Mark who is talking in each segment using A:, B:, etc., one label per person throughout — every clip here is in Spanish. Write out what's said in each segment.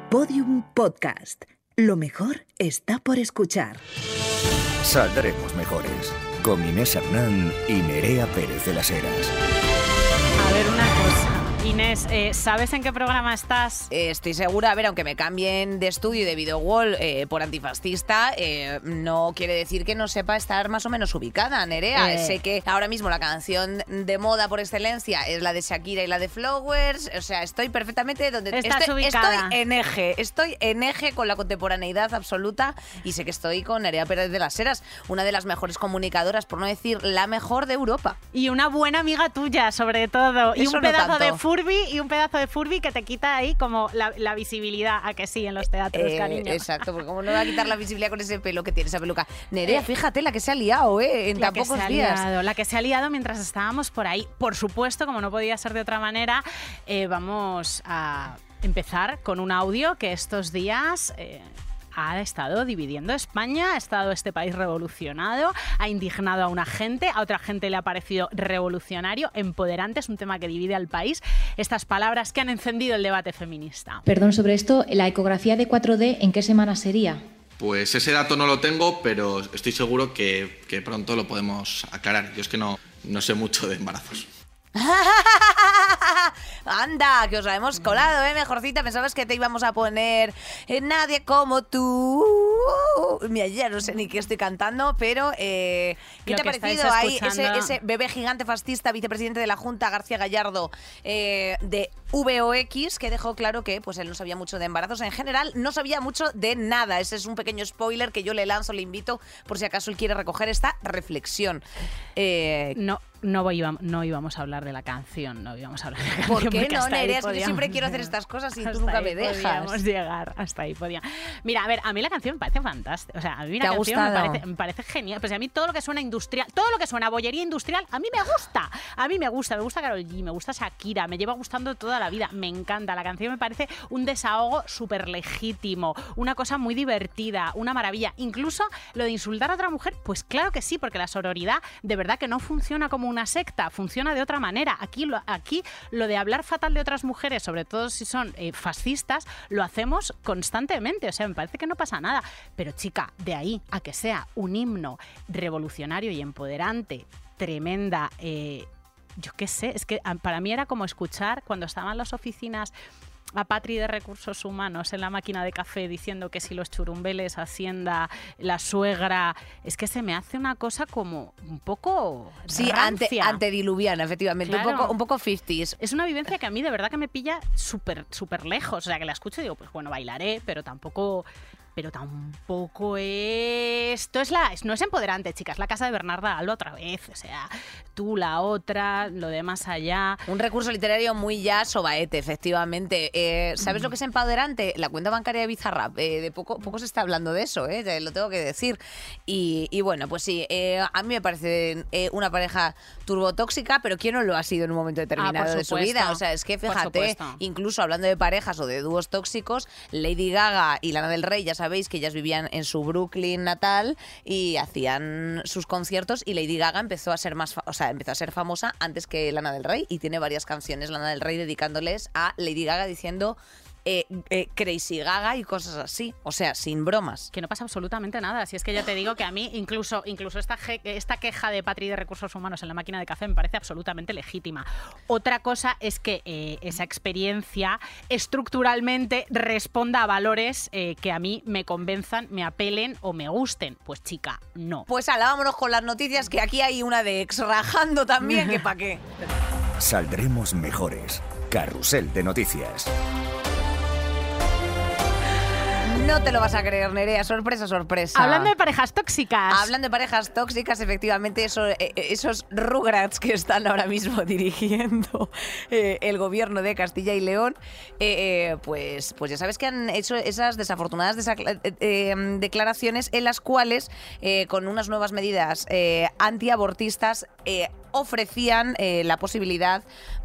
A: Podium Podcast. Lo mejor está por escuchar.
B: Saldremos mejores. Con Inés Hernán y Nerea Pérez de las Heras.
C: A ver, una cosa. Inés, ¿sabes en qué programa estás?
D: Estoy segura, a ver, aunque me cambien de estudio y de video wall por antifascista, no quiere decir que no sepa estar más o menos ubicada, Nerea. Sé que ahora mismo la canción de moda por excelencia es la de Shakira y la de Flowers. O sea, estoy perfectamente donde
C: Estás ubicada.
D: Estoy en eje con la contemporaneidad absoluta y sé que estoy con Nerea Pérez de las Heras, una de las mejores comunicadoras, por no decir la mejor de Europa.
C: Y una buena amiga tuya, sobre todo.
D: Eso
C: Y un
D: no
C: pedazo
D: tanto.
C: de Furby que te quita ahí como la visibilidad, a que sí, en los teatros, cariño.
D: Exacto, porque cómo no va a quitar la visibilidad con ese pelo que tiene, esa peluca. Nerea, fíjate la que se ha liado, en tan pocos días.
C: La que se ha liado mientras estábamos por ahí. Por supuesto, como no podía ser de otra manera, vamos a empezar con un audio que estos días... ha estado dividiendo España, ha estado este país revolucionado, ha indignado a una gente, a otra gente le ha parecido revolucionario, empoderante, es un tema que divide al país. Estas palabras que han encendido el debate feminista.
E: Perdón, sobre esto, ¿la ecografía de 4D en qué semana sería?
F: Pues ese dato no lo tengo, pero estoy seguro que pronto lo podemos aclarar. Yo es que no sé mucho de embarazos.
D: Anda, que os la hemos colado, mejorcita. Pensabas que te íbamos a poner Nadie como tú. Mira, ya no sé ni qué estoy cantando, pero ¿qué te ha parecido ahí ese bebé gigante fascista, vicepresidente de la Junta, García Gallardo, de VOX, que dejó claro que pues él no sabía mucho de embarazos en general, no sabía mucho de nada? Ese es un pequeño spoiler que yo le lanzo, le invito, por si acaso él quiere recoger esta reflexión.
C: No íbamos a hablar de la canción, no íbamos a hablar de la canción.
D: ¿Por qué no, Nerea? Es que yo
C: podíamos
D: siempre quiero hacer estas cosas y tú
C: hasta
D: nunca me
C: ahí
D: dejas.
C: Podíamos llegar, hasta ahí podía. Mira, a ver, a mí la canción me parece fantástica. O sea, a mí la canción me parece genial. Pues a mí todo lo que suena industrial, todo lo que suena bollería industrial, a mí me gusta. A mí me gusta Karol G, me gusta Shakira, me lleva gustando toda la vida. Me encanta. La canción me parece un desahogo súper legítimo, una cosa muy divertida, una maravilla. Incluso lo de insultar a otra mujer, pues claro que sí, porque la sororidad de verdad que no funciona como una secta, funciona de otra manera. Aquí lo de hablar fatal de otras mujeres, sobre todo si son fascistas, lo hacemos constantemente. O sea, me parece que no pasa nada. Pero chica, de ahí a que sea un himno revolucionario y empoderante, tremenda, yo qué sé, es que para mí era como escuchar cuando estaban las oficinas a Patri de Recursos Humanos en la máquina de café diciendo que si los churumbeles, Hacienda, la suegra... Es que se me hace una cosa como un poco rancia.
D: Antediluviana, efectivamente, claro. un poco 50s.
C: Es una vivencia que a mí de verdad que me pilla súper lejos. O sea, que la escucho y digo, pues bueno, bailaré, pero tampoco esto no es empoderante, chicas. La casa de Bernarda Alba otra vez, o sea, tú, la otra, lo de más allá.
D: Un recurso literario muy ya sobaete, efectivamente. ¿Sabes lo que es empoderante? La cuenta bancaria de Bizarrap. De poco se está hablando de eso, te lo tengo que decir. Y bueno, pues sí, a mí me parece una pareja turbotóxica, pero ¿quién no lo ha sido en un momento determinado de su vida? O sea, es que fíjate, incluso hablando de parejas o de dúos tóxicos, Lady Gaga y Lana del Rey, ya sabéis que ellas vivían en su Brooklyn natal y hacían sus conciertos, y Lady Gaga empezó a ser famosa antes que Lana del Rey, y tiene varias canciones Lana del Rey dedicándoles a Lady Gaga diciendo Crazy Gaga y cosas así, o sea, sin bromas.
C: Que no pasa absolutamente nada. Si es que ya te digo que a mí incluso esta queja de Patri de Recursos Humanos en la máquina de café me parece absolutamente legítima. Otra cosa es que esa experiencia estructuralmente responda a valores que a mí me convenzan, me apelen o me gusten. Pues chica, no.
D: Pues vámonos con las noticias, que aquí hay una de ex rajando también, que pa' qué.
B: Saldremos mejores. Carrusel de noticias.
D: No te lo vas a creer, Nerea. Sorpresa, sorpresa.
C: Hablando de parejas tóxicas.
D: Hablando de parejas tóxicas, efectivamente, esos Rugrats que están ahora mismo dirigiendo el gobierno de Castilla y León, pues ya sabes que han hecho esas desafortunadas declaraciones en las cuales, con unas nuevas medidas antiabortistas, ofrecían la posibilidad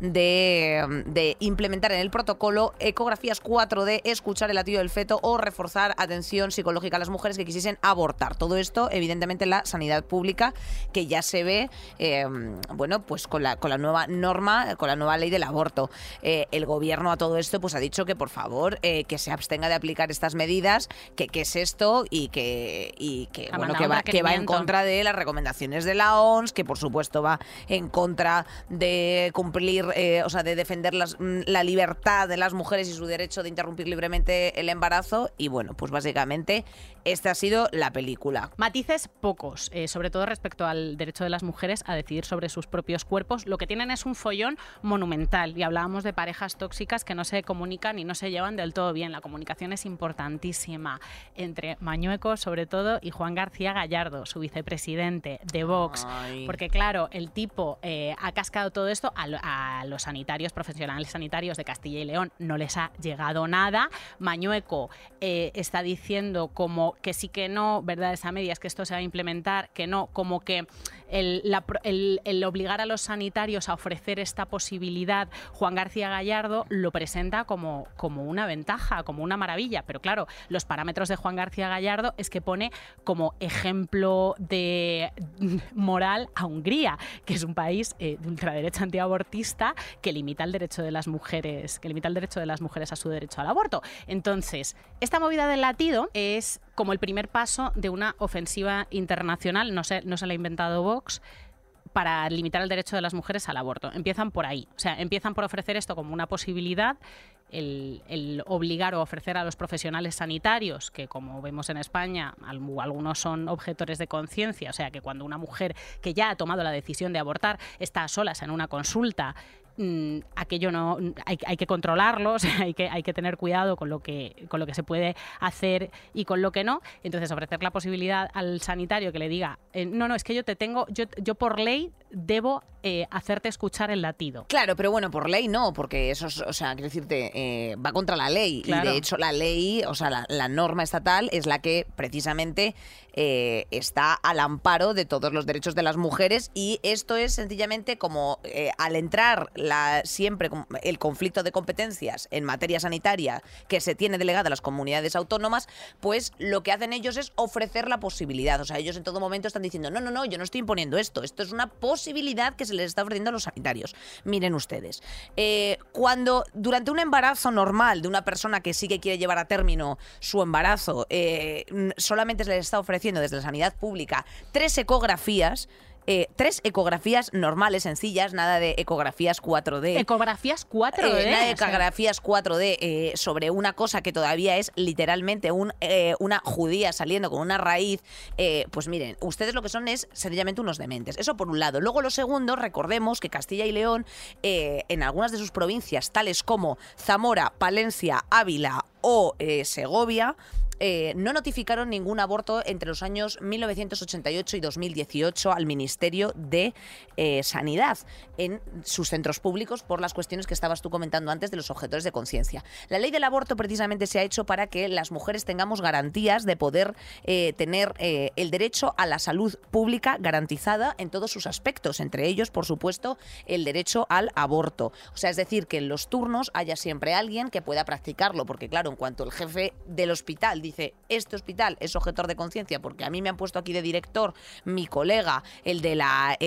D: de implementar en el protocolo ecografías 4D, escuchar el latido del feto o reforzar atención psicológica a las mujeres que quisiesen abortar. Todo esto, evidentemente, en la sanidad pública, que ya se ve, pues con la nueva norma, con la nueva ley del aborto. El gobierno a todo esto pues ha dicho que, por favor, que se abstenga de aplicar estas medidas, que qué es esto y que va en contra de las recomendaciones de la OMS, que por supuesto va en contra de cumplir, de defender la libertad de las mujeres y su derecho de interrumpir libremente el embarazo. Y bueno, pues básicamente esta ha sido la película.
C: Matices pocos, sobre todo respecto al derecho de las mujeres a decidir sobre sus propios cuerpos. Lo que tienen es un follón monumental, y hablábamos de parejas tóxicas que no se comunican y no se llevan del todo bien. La comunicación es importantísima entre Mañueco, sobre todo, y Juan García Gallardo, su vicepresidente de Vox.
D: Ay.
C: Porque claro, el tipo ha cascado todo esto a los sanitarios, profesionales sanitarios de Castilla y León, no les ha llegado nada. Mañueco está diciendo como que sí, que no, verdades a medias, que esto se va a implementar, que no, como que el obligar a los sanitarios a ofrecer esta posibilidad, Juan García Gallardo lo presenta como una ventaja, como una maravilla. Pero claro, los parámetros de Juan García Gallardo es que pone como ejemplo de moral a Hungría, que es un país de ultraderecha antiabortista que limita el derecho de las mujeres, a su derecho al aborto. Entonces, esta movida del latido es como el primer paso de una ofensiva internacional, no se la ha inventado Vox, para limitar el derecho de las mujeres al aborto. Empiezan por ahí, o sea, empiezan por ofrecer esto como una posibilidad, el obligar o ofrecer a los profesionales sanitarios, que como vemos en España, algunos son objetores de conciencia, o sea, que cuando una mujer que ya ha tomado la decisión de abortar está a solas en una consulta, aquello no hay que controlarlo, o sea, hay que tener cuidado con lo que se puede hacer y con lo que no. Entonces, ofrecer la posibilidad al sanitario que le diga no, es que yo por ley debo hacerte escuchar el latido.
D: Claro, pero bueno, por ley no, porque eso es, o sea, quiero decirte, va contra la ley.
C: Claro.
D: Y de hecho la ley, o sea, la norma estatal es la que precisamente está al amparo de todos los derechos de las mujeres, y esto es sencillamente como al entrar siempre el conflicto de competencias en materia sanitaria que se tiene delegada a las comunidades autónomas, pues lo que hacen ellos es ofrecer la posibilidad. O sea, ellos en todo momento están diciendo no, yo no estoy imponiendo esto es una posibilidad que se les está ofreciendo a los sanitarios. Miren ustedes, cuando durante un embarazo normal de una persona que sí que quiere llevar a término su embarazo, solamente se les está ofreciendo desde la sanidad pública 3 ecografías, 3 ecografías normales, sencillas, nada de ecografías 4D.
C: ¿Ecografías 4D?
D: Nada de ecografías 4D sobre una cosa que todavía es literalmente una judía saliendo con una raíz. Pues miren, ustedes lo que son es sencillamente unos dementes. Eso por un lado. Luego lo segundo, recordemos que Castilla y León, en algunas de sus provincias, tales como Zamora, Palencia, Ávila o Segovia, no notificaron ningún aborto entre los años 1988 y 2018 al Ministerio de Sanidad en sus centros públicos por las cuestiones que estabas tú comentando antes de los objetores de conciencia. La ley del aborto precisamente se ha hecho para que las mujeres tengamos garantías de poder tener el derecho a la salud pública garantizada en todos sus aspectos, entre ellos, por supuesto, el derecho al aborto. O sea, es decir, que en los turnos haya siempre alguien que pueda practicarlo, porque claro, en cuanto el jefe del hospital dice, este hospital es objetor de conciencia porque a mí me han puesto aquí de director mi colega, el de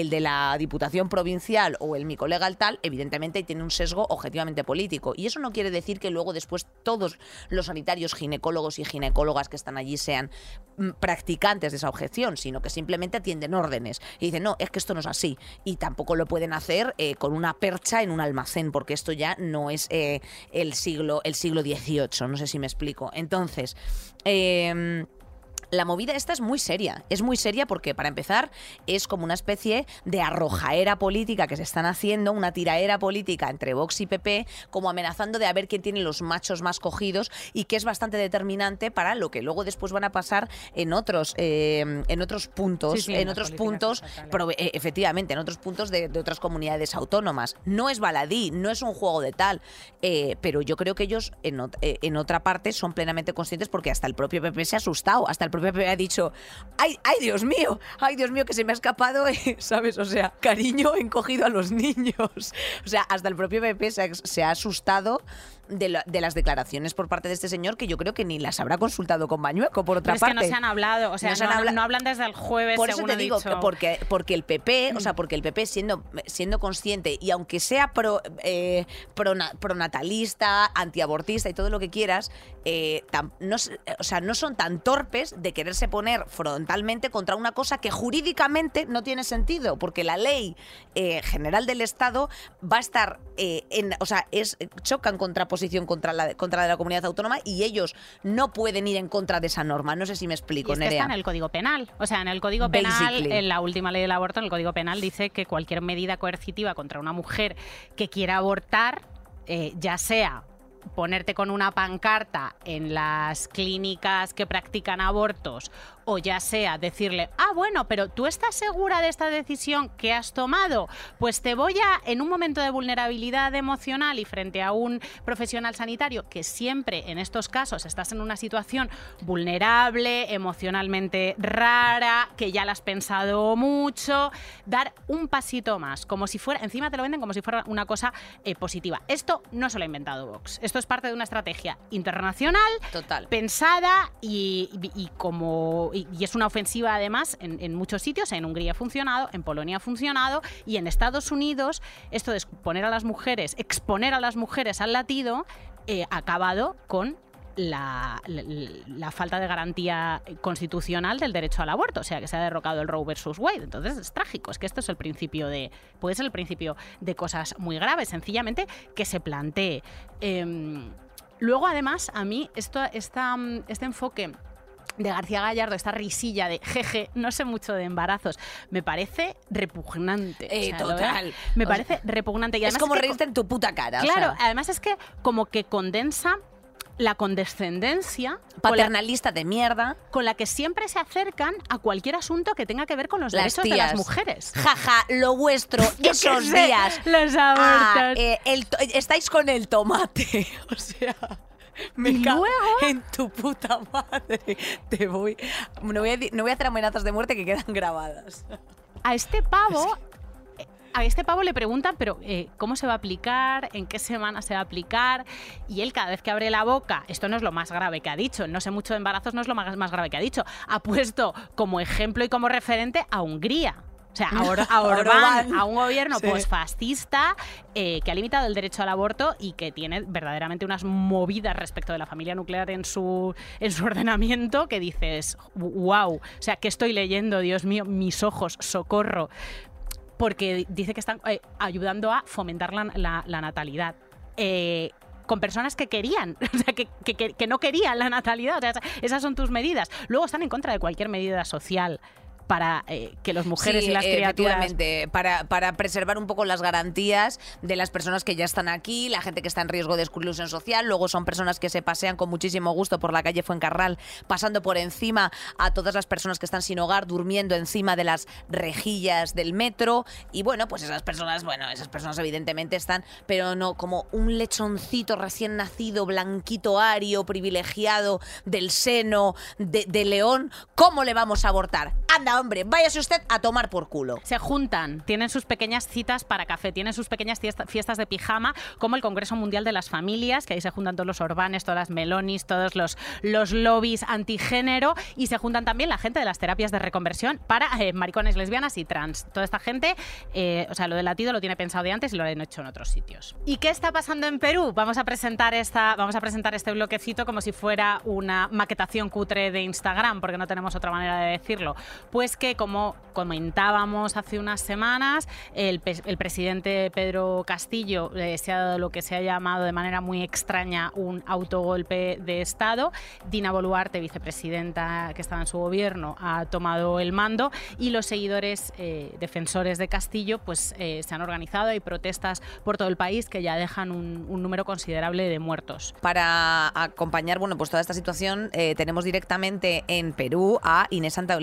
D: la Diputación Provincial o mi colega el tal, evidentemente tiene un sesgo objetivamente político. Y eso no quiere decir que luego después todos los sanitarios, ginecólogos y ginecólogas que están allí sean practicantes de esa objeción, sino que simplemente atienden órdenes y dicen, no, es que esto no es así. Y tampoco lo pueden hacer con una percha en un almacén, porque esto ya no es el siglo XVIII, no sé si me explico. Entonces, la movida esta es muy seria porque, para empezar, es como una especie de arrojaera política que se están haciendo, una tiraera política entre Vox y PP, como amenazando de a ver quién tiene los machos más cogidos, y que es bastante determinante para lo que luego después van a pasar en otros puntos, efectivamente, en otros puntos de otras comunidades autónomas. No es baladí, no es un juego de tal, pero yo creo que ellos en otra parte son plenamente conscientes, porque hasta el propio PP se ha asustado, hasta el propio PP ha dicho, ¡ay, Dios mío! ¡Ay, Dios mío, que se me ha escapado! ¿Sabes? O sea, cariño encogido a los niños. O sea, hasta el propio PP se ha asustado de las declaraciones por parte de este señor, que yo creo que ni las habrá consultado con Mañueco, por otra parte.
C: Es que no se han hablado, o sea, no hablan desde el jueves,
D: por eso
C: según
D: te digo,
C: dicho.
D: porque el PP, o sea, porque el PP siendo consciente, y aunque sea pronatalista, antiabortista y todo lo que quieras, no son tan torpes de quererse poner frontalmente contra una cosa que jurídicamente no tiene sentido, porque la ley general del Estado va a estar chocan contraposición contra la de la comunidad autónoma, y ellos no pueden ir en contra de esa norma. No sé si me explico,
C: Nerea. Está en el Código Penal. O sea, en el Código Penal, en la última ley del aborto, en el Código Penal dice que cualquier medida coercitiva contra una mujer que quiera abortar, ya sea ponerte con una pancarta en las clínicas que practican abortos, o ya sea decirle, bueno, pero ¿tú estás segura de esta decisión que has tomado? Pues te voy en un momento de vulnerabilidad emocional y frente a un profesional sanitario, que siempre en estos casos estás en una situación vulnerable, emocionalmente rara, que ya la has pensado mucho, dar un pasito más, como si fuera, encima te lo venden como si fuera una cosa positiva. Esto no se lo ha inventado Vox, esto es parte de una estrategia internacional,
D: total,
C: pensada y es una ofensiva además en muchos sitios. En Hungría ha funcionado, en Polonia ha funcionado, y en Estados Unidos esto de exponer a las mujeres al latido ha acabado con la falta de garantía constitucional del derecho al aborto, o sea, que se ha derrocado el Roe versus Wade. Entonces es trágico, es que esto es puede ser el principio de cosas muy graves, sencillamente que se plantee. Luego, además, a mí este enfoque de García Gallardo, esta risilla de jeje, no sé mucho de embarazos, me parece repugnante.
D: Total.
C: Me parece repugnante. Y además
D: es como reírte en tu puta cara.
C: Claro, además es que como que condensa la condescendencia
D: paternalista de mierda
C: con la que siempre se acercan a cualquier asunto que tenga que ver con los derechos de las mujeres.
D: Jaja, lo vuestro, esos días.
C: Los abortos.
D: Estáis con el tomate. O sea, me cago en tu puta madre. No voy a hacer amenazas de muerte que quedan grabadas.
C: A este pavo le preguntan, pero ¿cómo se va a aplicar? ¿En qué semana se va a aplicar? Y él, cada vez que abre la boca, esto no es lo más grave que ha dicho, no sé mucho de embarazos, no es lo más grave que ha dicho, ha puesto como ejemplo y como referente a Hungría. O sea, a Orbán, a un gobierno fascista que ha limitado el derecho al aborto y que tiene verdaderamente unas movidas respecto de la familia nuclear en su ordenamiento, que dices, wow, o sea, ¿qué estoy leyendo? Dios mío, mis ojos, socorro. Porque dice que están ayudando a fomentar la natalidad. Con personas que querían, o sea, que no querían la natalidad. O sea, esas son tus medidas. Luego están en contra de cualquier medida social para que las mujeres y las criaturas...
D: para preservar un poco las garantías de las personas que ya están aquí, la gente que está en riesgo de exclusión social. Luego son personas que se pasean con muchísimo gusto por la calle Fuencarral, pasando por encima a todas las personas que están sin hogar, durmiendo encima de las rejillas del metro. Y bueno, pues esas personas evidentemente están, pero no como un lechoncito recién nacido, blanquito, ario, privilegiado, del seno de León. ¿Cómo le vamos a abortar? Anda, hombre, váyase usted a tomar por culo.
C: Se juntan, tienen sus pequeñas citas para café, tienen sus pequeñas fiestas de pijama, como el Congreso Mundial de las Familias, que ahí se juntan todos los Orbanes, todas las Melonis, todos los lobbies antigénero, y se juntan también la gente de las terapias de reconversión para maricones, lesbianas y trans. Toda esta gente, o sea, lo del latido lo tiene pensado de antes y lo han hecho en otros sitios. ¿Y qué está pasando en Perú? Vamos a presentar este bloquecito como si fuera una maquetación cutre de Instagram, porque no tenemos otra manera de decirlo. Pues que, como comentábamos hace unas semanas, el presidente Pedro Castillo se ha dado lo que se ha llamado de manera muy extraña un autogolpe de Estado. Dina Boluarte, vicepresidenta que estaba en su gobierno, ha tomado el mando, y los seguidores defensores de Castillo pues se han organizado. Hay protestas por todo el país que ya dejan un número considerable de muertos.
D: Para acompañar pues toda esta situación tenemos directamente en Perú a Inés Santaeulalia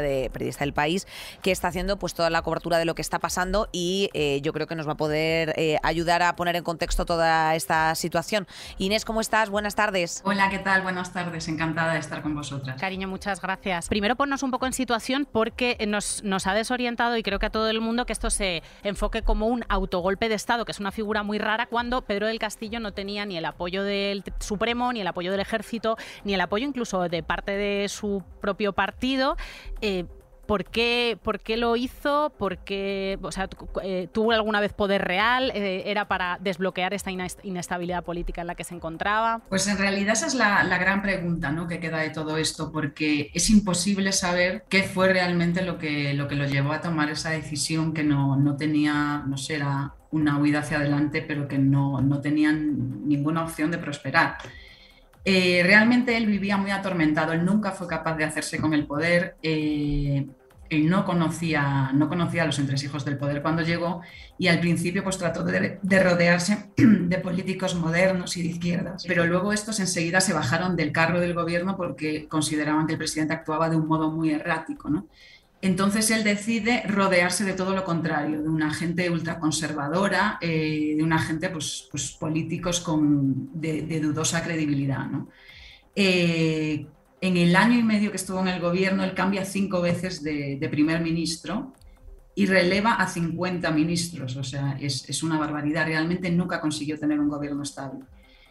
D: periodista del País, que está haciendo pues toda la cobertura de lo que está pasando y yo creo que nos va a poder ayudar a poner en contexto toda esta situación. Inés, ¿cómo estás? Buenas tardes.
G: Hola, ¿qué tal? Buenas tardes. Encantada de estar con vosotras.
C: Cariño, muchas gracias. Primero ponnos un poco en situación porque nos ha desorientado y creo que a todo el mundo que esto se enfoque como un autogolpe de Estado, que es una figura muy rara, cuando Pedro del Castillo no tenía ni el apoyo del Supremo, ni el apoyo del Ejército, ni el apoyo incluso de parte de su propio partido. ¿Por qué lo hizo? ¿Por qué, o sea, tuvo alguna vez poder real? ¿Era para desbloquear esta inestabilidad política en la que se encontraba?
G: Pues en realidad esa es la gran pregunta, ¿no?, que queda de todo esto, porque es imposible saber qué fue realmente lo que lo llevó a tomar esa decisión que no tenía, no sé, era una huida hacia adelante, pero que no tenían ninguna opción de prosperar. Realmente él vivía muy atormentado, él nunca fue capaz de hacerse con el poder, él no conocía los entresijos del poder cuando llegó y al principio pues trató de rodearse de políticos modernos y de izquierdas, pero luego estos enseguida se bajaron del carro del gobierno porque consideraban que el presidente actuaba de un modo muy errático, ¿no? Entonces él decide rodearse de todo lo contrario, de una gente ultraconservadora, de una gente, pues políticos de dudosa credibilidad, ¿no? En el año y medio que estuvo en el gobierno, él cambia 5 veces de primer ministro y releva a 50 ministros, o sea, es una barbaridad, realmente nunca consiguió tener un gobierno estable.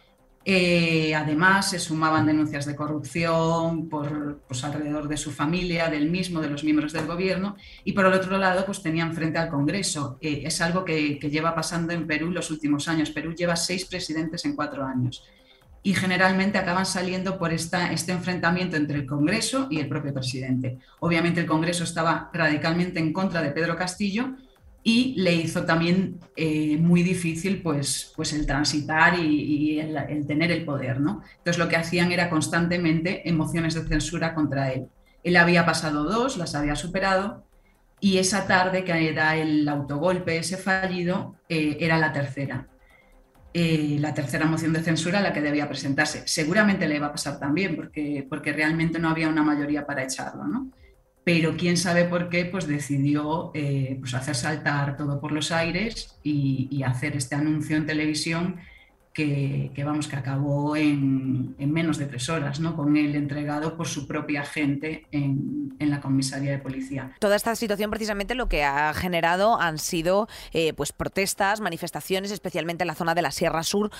G: Además, se sumaban denuncias de corrupción pues, alrededor de su familia, del mismo, de los miembros del gobierno, y por el otro lado, pues tenían frente al Congreso. Es algo que lleva pasando en Perú los últimos años. Perú lleva 6 presidentes en 4 años y generalmente acaban saliendo por este enfrentamiento entre el Congreso y el propio presidente. Obviamente el Congreso estaba radicalmente en contra de Pedro Castillo, y le hizo también muy difícil pues el transitar y el tener el poder, ¿no? Entonces lo que hacían era constantemente mociones de censura contra él. Él había pasado 2, las había superado, y esa tarde que era el autogolpe ese fallido era la tercera moción de censura a la que debía presentarse. Seguramente le iba a pasar también porque realmente no había una mayoría para echarlo, ¿no? Pero quién sabe por qué, pues decidió pues hacer saltar todo por los aires y hacer este anuncio en televisión que acabó en menos de 3 horas, ¿no?, con él entregado por su propia gente en la comisaría de policía.
D: Toda esta situación precisamente lo que ha generado han sido pues protestas, manifestaciones, especialmente en la zona de la Sierra Sur,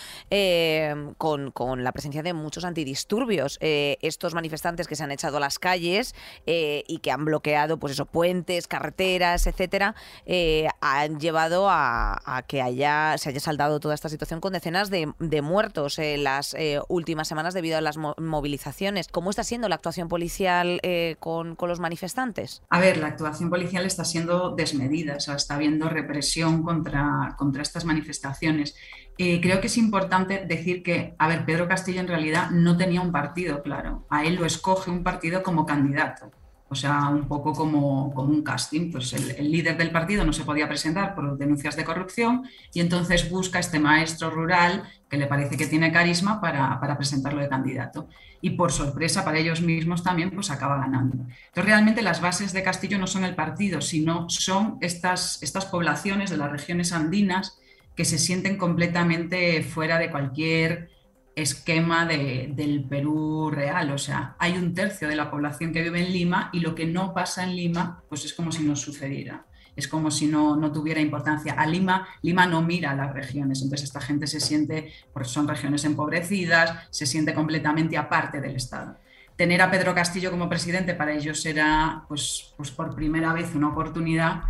D: con la presencia de muchos antidisturbios. Estos manifestantes que se han echado a las calles y que han bloqueado pues puentes, carreteras, etcétera, han llevado a que se haya saldado toda esta situación con decenas de muertos en las últimas semanas debido a las movilizaciones. ¿Cómo está siendo la actuación policial con los manifestantes?
G: A ver, la actuación policial está siendo desmedida, o sea, está habiendo represión contra estas manifestaciones. Creo que es importante decir que, a ver, Pedro Castillo en realidad no tenía un partido, claro. A él lo escoge un partido como candidato. O sea, un poco como un casting, pues el líder del partido no se podía presentar por denuncias de corrupción y entonces busca este maestro rural que le parece que tiene carisma para presentarlo de candidato. Y por sorpresa para ellos mismos también, pues acaba ganando. Entonces realmente las bases de Castillo no son el partido, sino son estas poblaciones de las regiones andinas que se sienten completamente fuera de cualquier esquema del Perú real. O sea, hay 1/3 de la población que vive en Lima y lo que no pasa en Lima pues es como si no sucediera, es como si no tuviera importancia. Lima no mira a las regiones, entonces esta gente se siente, porque son regiones empobrecidas, se siente completamente aparte del Estado. Tener a Pedro Castillo como presidente para ellos era pues por primera vez una oportunidad.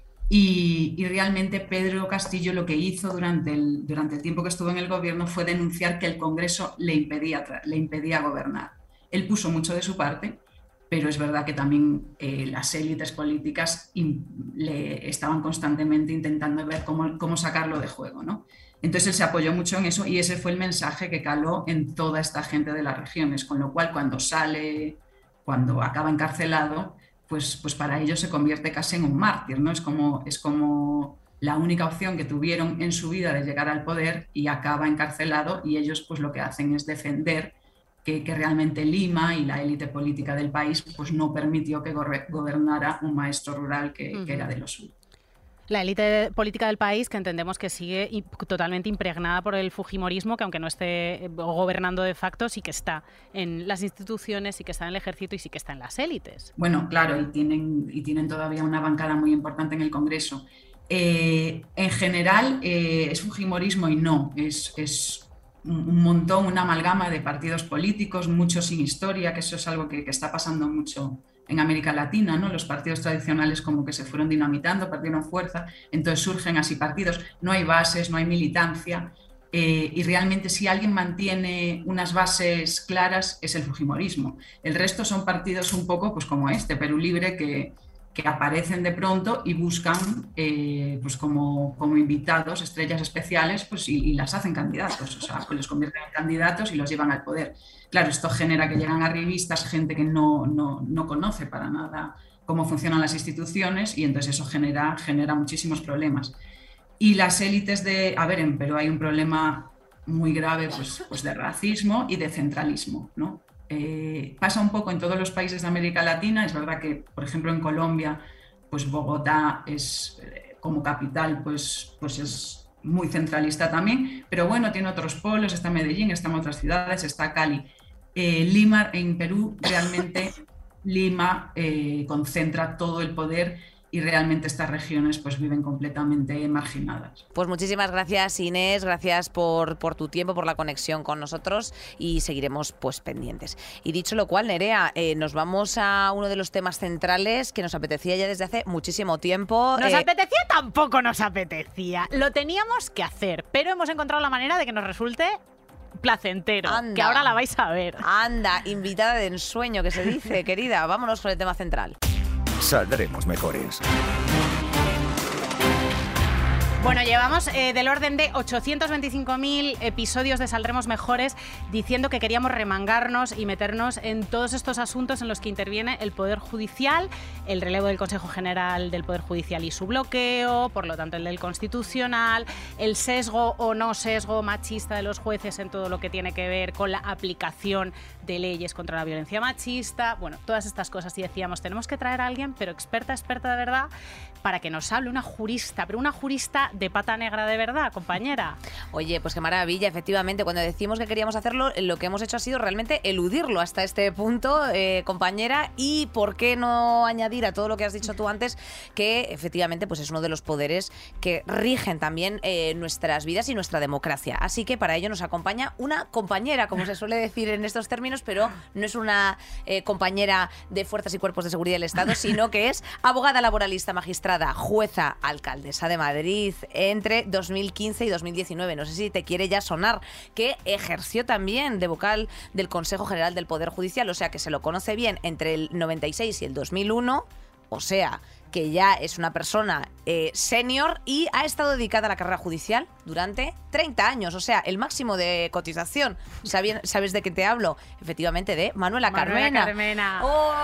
G: Y realmente Pedro Castillo lo que hizo durante el tiempo que estuvo en el gobierno fue denunciar que el Congreso le impedía gobernar. Él puso mucho de su parte, pero es verdad que también las élites políticas le estaban constantemente intentando ver cómo sacarlo de juego, ¿no? Entonces él se apoyó mucho en eso y ese fue el mensaje que caló en toda esta gente de las regiones, con lo cual cuando acaba encarcelado, pues para ellos se convierte casi en un mártir, ¿no? Es como la única opción que tuvieron en su vida de llegar al poder y acaba encarcelado y ellos pues lo que hacen es defender que realmente Lima y la élite política del país pues no permitió que gobernara un maestro rural que era de lo suyo.
C: La élite política del país, que entendemos que sigue totalmente impregnada por el fujimorismo, que aunque no esté gobernando de facto, sí que está en las instituciones, sí que está en el ejército y sí que está en las élites.
G: Bueno, claro, y tienen todavía una bancada muy importante en el Congreso. En general es fujimorismo y no, es un montón, una amalgama de partidos políticos, muchos sin historia, que eso es algo que está pasando mucho en América Latina, ¿no? Los partidos tradicionales como que se fueron dinamitando, perdieron fuerza, entonces surgen así partidos, no hay bases, no hay militancia, y realmente si alguien mantiene unas bases claras es el fujimorismo. El resto son partidos un poco pues como Perú Libre, que aparecen de pronto y buscan pues como invitados, estrellas especiales, pues y las hacen candidatos, o sea, pues les convierten en candidatos y los llevan al poder. Claro, esto genera que llegan arribistas, gente que no conoce para nada cómo funcionan las instituciones, y entonces eso genera muchísimos problemas. Y las élites en Perú hay un problema muy grave pues de racismo y de centralismo, ¿no? Pasa un poco en todos los países de América Latina. Es verdad que, por ejemplo, en Colombia, pues Bogotá es como capital, pues es muy centralista también, pero bueno, tiene otros polos, está Medellín, están otras ciudades, está Cali. Lima, en Perú, realmente Lima concentra todo el poder y realmente estas regiones pues viven completamente marginadas.
D: Pues muchísimas gracias, Inés, gracias por tu tiempo, por la conexión con nosotros, y seguiremos pues pendientes. Y dicho lo cual, Nerea, nos vamos a uno de los temas centrales que nos apetecía ya desde hace muchísimo tiempo.
C: ¿Nos apetecía? Tampoco nos apetecía. Lo teníamos que hacer, pero hemos encontrado la manera de que nos resulte placentero, que ahora la vais a ver.
D: Anda, invitada de ensueño, que se dice, querida. Vámonos con el tema central.
B: Saldremos mejores.
C: Bueno, llevamos del orden de 825.000 episodios de Saldremos Mejores diciendo que queríamos remangarnos y meternos en todos estos asuntos en los que interviene el Poder Judicial, el relevo del Consejo General del Poder Judicial y su bloqueo, por lo tanto el del Constitucional, el sesgo o no sesgo machista de los jueces en todo lo que tiene que ver con la aplicación de leyes contra la violencia machista. Bueno, todas estas cosas, y decíamos, tenemos que traer a alguien, pero experta de verdad, para que nos hable, una jurista, pero una jurista de pata negra de verdad, compañera.
D: Oye, pues qué maravilla, efectivamente, cuando decimos que queríamos hacerlo, lo que hemos hecho ha sido realmente eludirlo hasta este punto, compañera, y por qué no añadir a todo lo que has dicho tú antes, que efectivamente pues es uno de los poderes que rigen también nuestras vidas y nuestra democracia. Así que para ello nos acompaña una compañera, como se suele decir en estos términos, pero no es una compañera de fuerzas y cuerpos de seguridad del Estado, sino que es abogada laboralista, magistrada, jueza, alcaldesa de Madrid entre 2015 y 2019. No sé si te quiere ya sonar, que ejerció también de vocal del Consejo General del Poder Judicial, o sea que se lo conoce bien entre el 96 y el 2001, o sea que ya es una persona senior y ha estado dedicada a la carrera judicial durante 30 años, o sea, el máximo de cotización. ¿Sabes de qué te hablo? Efectivamente, de Manuela Carmena.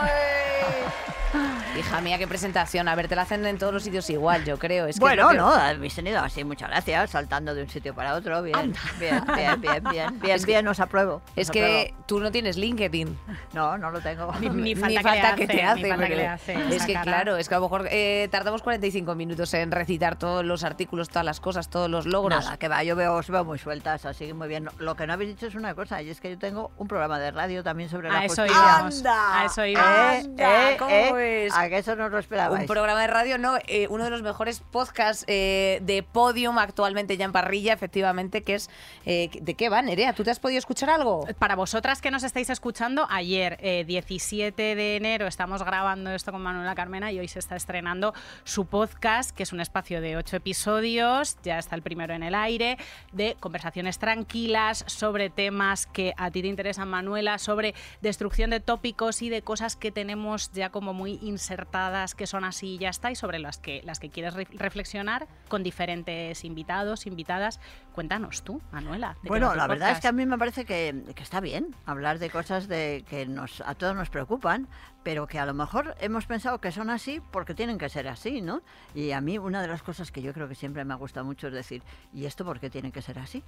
D: Hija mía, qué presentación. A ver, te la hacen en todos los sitios igual, yo creo. Es que
H: bueno, no, habéis tenido así, muchas gracias, saltando de un sitio para otro. Bien, bien, os apruebo.
D: Es que tú no tienes LinkedIn.
H: No, no lo tengo.
C: Ni falta que te hace.
D: Es que claro, es que a lo mejor tardamos 45 minutos en recitar todos los artículos, todas las cosas, todos los logros.
H: Nada, que va, os veo muy sueltas, así que muy bien. Lo que no habéis dicho es una cosa, y es que yo tengo un programa de radio también sobre la justicia.
C: A eso íbamos.
D: ¿Cómo es?
H: A que eso no lo esperabais.
D: Un programa de radio, no, uno de los mejores podcasts de Podium actualmente ya en parrilla, efectivamente, que es... ¿de qué va, Nerea? ¿Tú te has podido escuchar algo?
C: Para vosotras que nos estáis escuchando, ayer, 17 de enero, estamos grabando esto con Manuela Carmena y hoy se está estrenando su podcast, que es un espacio de 8 episodios, ya está el primero en el aire, de conversaciones tranquilas sobre temas que a ti te interesan, Manuela, sobre destrucción de tópicos y de cosas que tenemos ya como muy muy insertadas, que son así y ya está, y sobre las que quieres reflexionar con diferentes invitados, invitadas. Cuéntanos tú, Manuela.
H: Bueno, la verdad es que a mí me parece que está bien hablar de cosas que a todos nos preocupan, pero que a lo mejor hemos pensado que son así porque tienen que ser así, ¿no? Y a mí una de las cosas que yo creo que siempre me ha gustado mucho es decir, ¿y esto por qué tiene que ser así?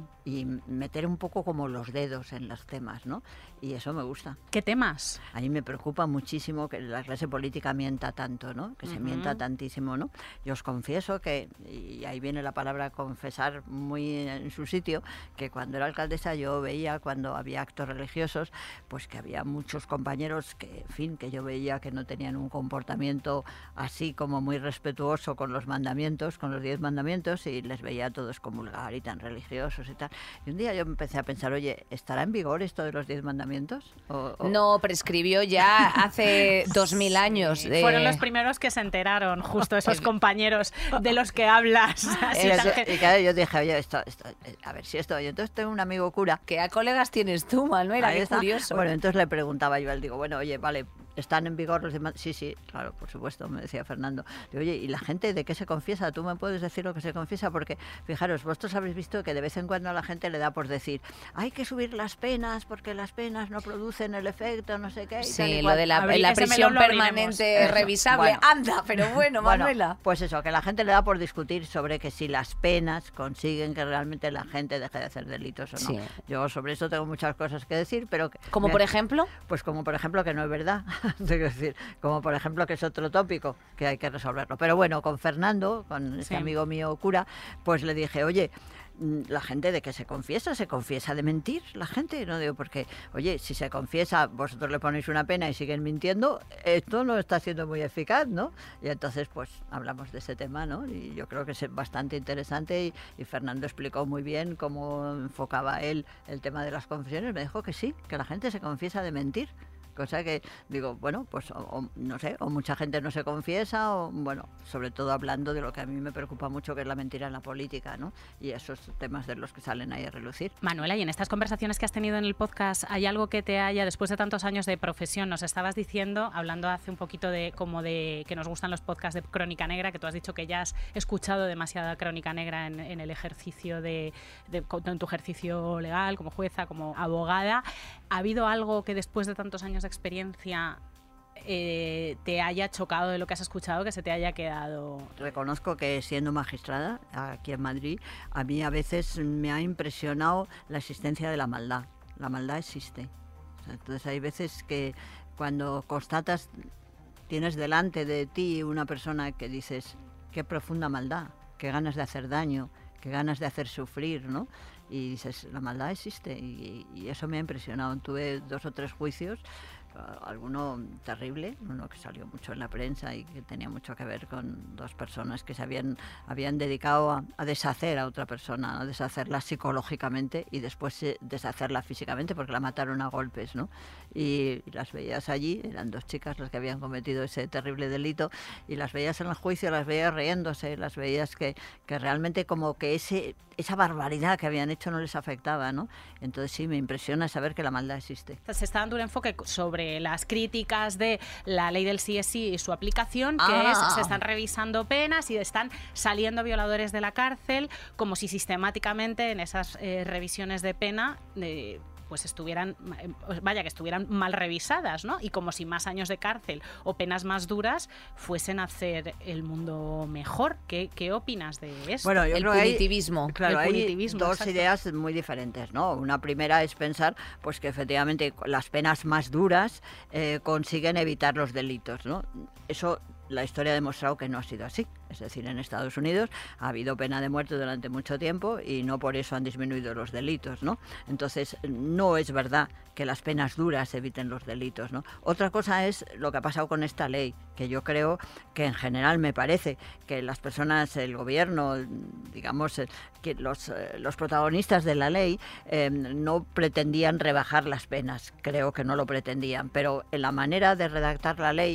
H: Y meter un poco como los dedos en los temas, ¿no? Y eso me gusta.
C: ¿Qué temas?
H: A mí me preocupa muchísimo que la clase política mienta tanto, ¿no? Que se mienta tantísimo, ¿no? Yo os confieso que, y ahí viene la palabra confesar muy en su sitio, que cuando era alcaldesa yo veía cuando había actos religiosos, pues que había muchos compañeros que, en fin, que yo veía que no tenían un comportamiento así como muy respetuoso con los mandamientos, con los 10 mandamientos, y les veía a todos comulgar y tan religiosos y tal. Y un día yo empecé a pensar, oye, ¿estará en vigor esto de los 10 mandamientos?
D: No, prescribió ya hace 2000 años.
C: Sí. Fueron los primeros que se enteraron, justo esos compañeros de los que hablas.
H: Y claro, yo dije, oye, esto, a ver si esto... Yo entonces tengo un amigo cura.
D: ¿Qué colegas tienes tú, Manuela? Qué curioso.
H: Bueno, entonces le preguntaba yo, digo, bueno, oye, vale, ¿están en vigor los demás? Sí, claro, por supuesto, me decía Fernando. Digo, oye, ¿y la gente de qué se confiesa? ¿Tú me puedes decir lo que se confiesa? Porque, fijaros, vosotros habéis visto que de vez en cuando a la gente le da por decir, hay que subir las penas porque las penas no producen el efecto, no sé qué.
D: Sí, lo de la prisión permanente revisable. Bueno, anda, pero bueno, Manuela.
H: Bueno, pues eso, que la gente le da por discutir sobre que si las penas consiguen que realmente la gente deje de hacer delitos o no. Sí. Yo sobre eso tengo muchas cosas que decir, pero...
D: ¿Como por ejemplo?
H: Pues como por ejemplo que no es verdad. Tengo que decir, como por ejemplo que es otro tópico que hay que resolverlo. Pero bueno, con Fernando, con este amigo mío cura, pues le dije, oye, la gente de que se confiesa de mentir, la gente, no digo porque, oye, si se confiesa, vosotros le ponéis una pena y siguen mintiendo, esto no está siendo muy eficaz, ¿no? Y entonces, pues, hablamos de ese tema, ¿no? Y yo creo que es bastante interesante y Fernando explicó muy bien cómo enfocaba él el tema de las confesiones. Me dijo que sí, que la gente se confiesa de mentir. Cosa que digo, bueno, pues no sé, o mucha gente no se confiesa, o bueno, sobre todo hablando de lo que a mí me preocupa mucho, que es la mentira en la política, ¿no? Y esos temas de los que salen ahí a relucir.
C: Manuela, y en estas conversaciones que has tenido en el podcast, ¿hay algo que te haya, después de tantos años de profesión, nos estabas diciendo, hablando hace un poquito de que nos gustan los podcasts de Crónica Negra, que tú has dicho que ya has escuchado demasiada Crónica Negra en el ejercicio en tu ejercicio legal, como jueza, como abogada? ¿Ha habido algo que después de tantos años de experiencia te haya chocado de lo que has escuchado, que se te haya quedado?
H: Reconozco que siendo magistrada aquí en Madrid, a mí a veces me ha impresionado la existencia de la maldad. La maldad existe. Entonces hay veces que cuando constatas, tienes delante de ti una persona que dices, qué profunda maldad, qué ganas de hacer daño, qué ganas de hacer sufrir, ¿no? Y dices, la maldad existe, y eso me ha impresionado. Tuve 2 o 3 juicios, alguno terrible, uno que salió mucho en la prensa y que tenía mucho que ver con 2 personas que se habían dedicado a deshacer a otra persona, a deshacerla psicológicamente y después deshacerla físicamente porque la mataron a golpes, ¿no? Y las veías allí, eran 2 chicas las que habían cometido ese terrible delito, y las veías en el juicio, las veías riéndose, las veías que realmente como que esa barbaridad que habían hecho no les afectaba, ¿no? Entonces sí, me impresiona saber que la maldad existe.
C: Se está dando un enfoque sobre las críticas de la ley del sí es sí y su aplicación, que se están revisando penas y están saliendo violadores de la cárcel, como si sistemáticamente en esas revisiones de pena pues estuvieran mal revisadas, ¿no? Y como si más años de cárcel o penas más duras fuesen a hacer el mundo mejor. ¿Qué opinas de eso?
H: Bueno, yo
D: el
H: creo
D: punitivismo.
H: Hay 2 ideas muy diferentes, ¿no? Una primera es pensar pues que efectivamente las penas más duras consiguen evitar los delitos, ¿no? Eso la historia ha demostrado que no ha sido así. Es decir, en Estados Unidos ha habido pena de muerte durante mucho tiempo y no por eso han disminuido los delitos, ¿no? Entonces, no es verdad que las penas duras eviten los delitos, ¿no? Otra cosa es lo que ha pasado con esta ley, que yo creo que en general me parece que las personas, el gobierno, digamos, que los protagonistas de la ley no pretendían rebajar las penas. Creo que no lo pretendían, pero en la manera de redactar la ley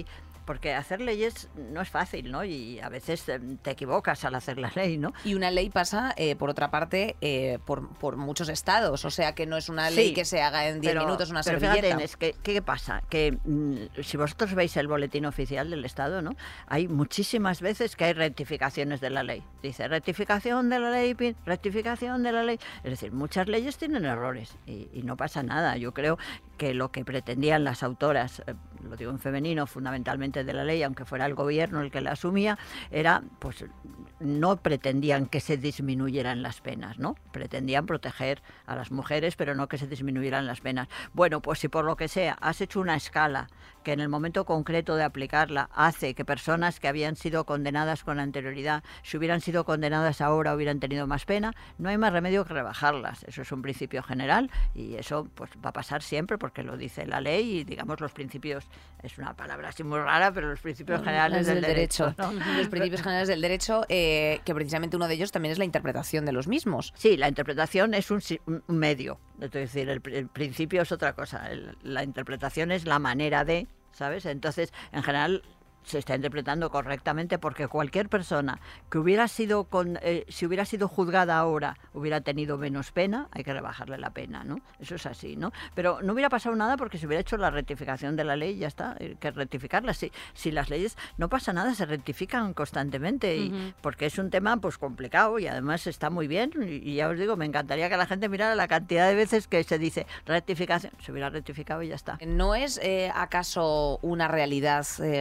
H: porque hacer leyes no es fácil, ¿no? Y a veces te equivocas al hacer la ley, ¿no?
D: Y una ley pasa, por otra parte, por muchos estados, o sea que no es una ley que se haga en 10 minutos, una servilleta.
H: Pero fíjate, Inés, ¿qué pasa? Que si vosotros veis el boletín oficial del Estado, ¿no? Hay muchísimas veces que hay rectificaciones de la ley. Dice, rectificación de la ley, rectificación de la ley. Es decir, muchas leyes tienen errores y no pasa nada. Yo creo que lo que pretendían las autoras, lo digo en femenino, fundamentalmente de la ley, aunque fuera el gobierno el que la asumía, era, pues, no pretendían que se disminuyeran las penas, ¿no? Pretendían proteger a las mujeres, pero no que se disminuyeran las penas. Bueno, pues si por lo que sea has hecho una escala que en el momento concreto de aplicarla hace que personas que habían sido condenadas con anterioridad, si hubieran sido condenadas ahora hubieran tenido más pena, no hay más remedio que rebajarlas. Eso es un principio general y eso pues va a pasar siempre porque lo dice la ley y digamos los principios, es una palabra así muy rara, pero los principios generales del derecho, ¿no?
D: Los principios generales del derecho, que precisamente uno de ellos también es la interpretación de los mismos.
H: Sí, la interpretación es un medio, es decir, el principio es otra cosa, la interpretación es la manera de, ¿sabes? Entonces, en general, se está interpretando correctamente porque cualquier persona que hubiera sido si hubiera sido juzgada ahora hubiera tenido menos pena, hay que rebajarle la pena, ¿no? Eso es así, ¿no? Pero no hubiera pasado nada porque se hubiera hecho la rectificación de la ley, ya está, hay que rectificarla. Si las leyes no pasa nada, se rectifican constantemente y porque es un tema pues complicado y además está muy bien y ya os digo, me encantaría que la gente mirara la cantidad de veces que se dice rectificación, se hubiera rectificado y ya está.
D: ¿No es acaso una realidad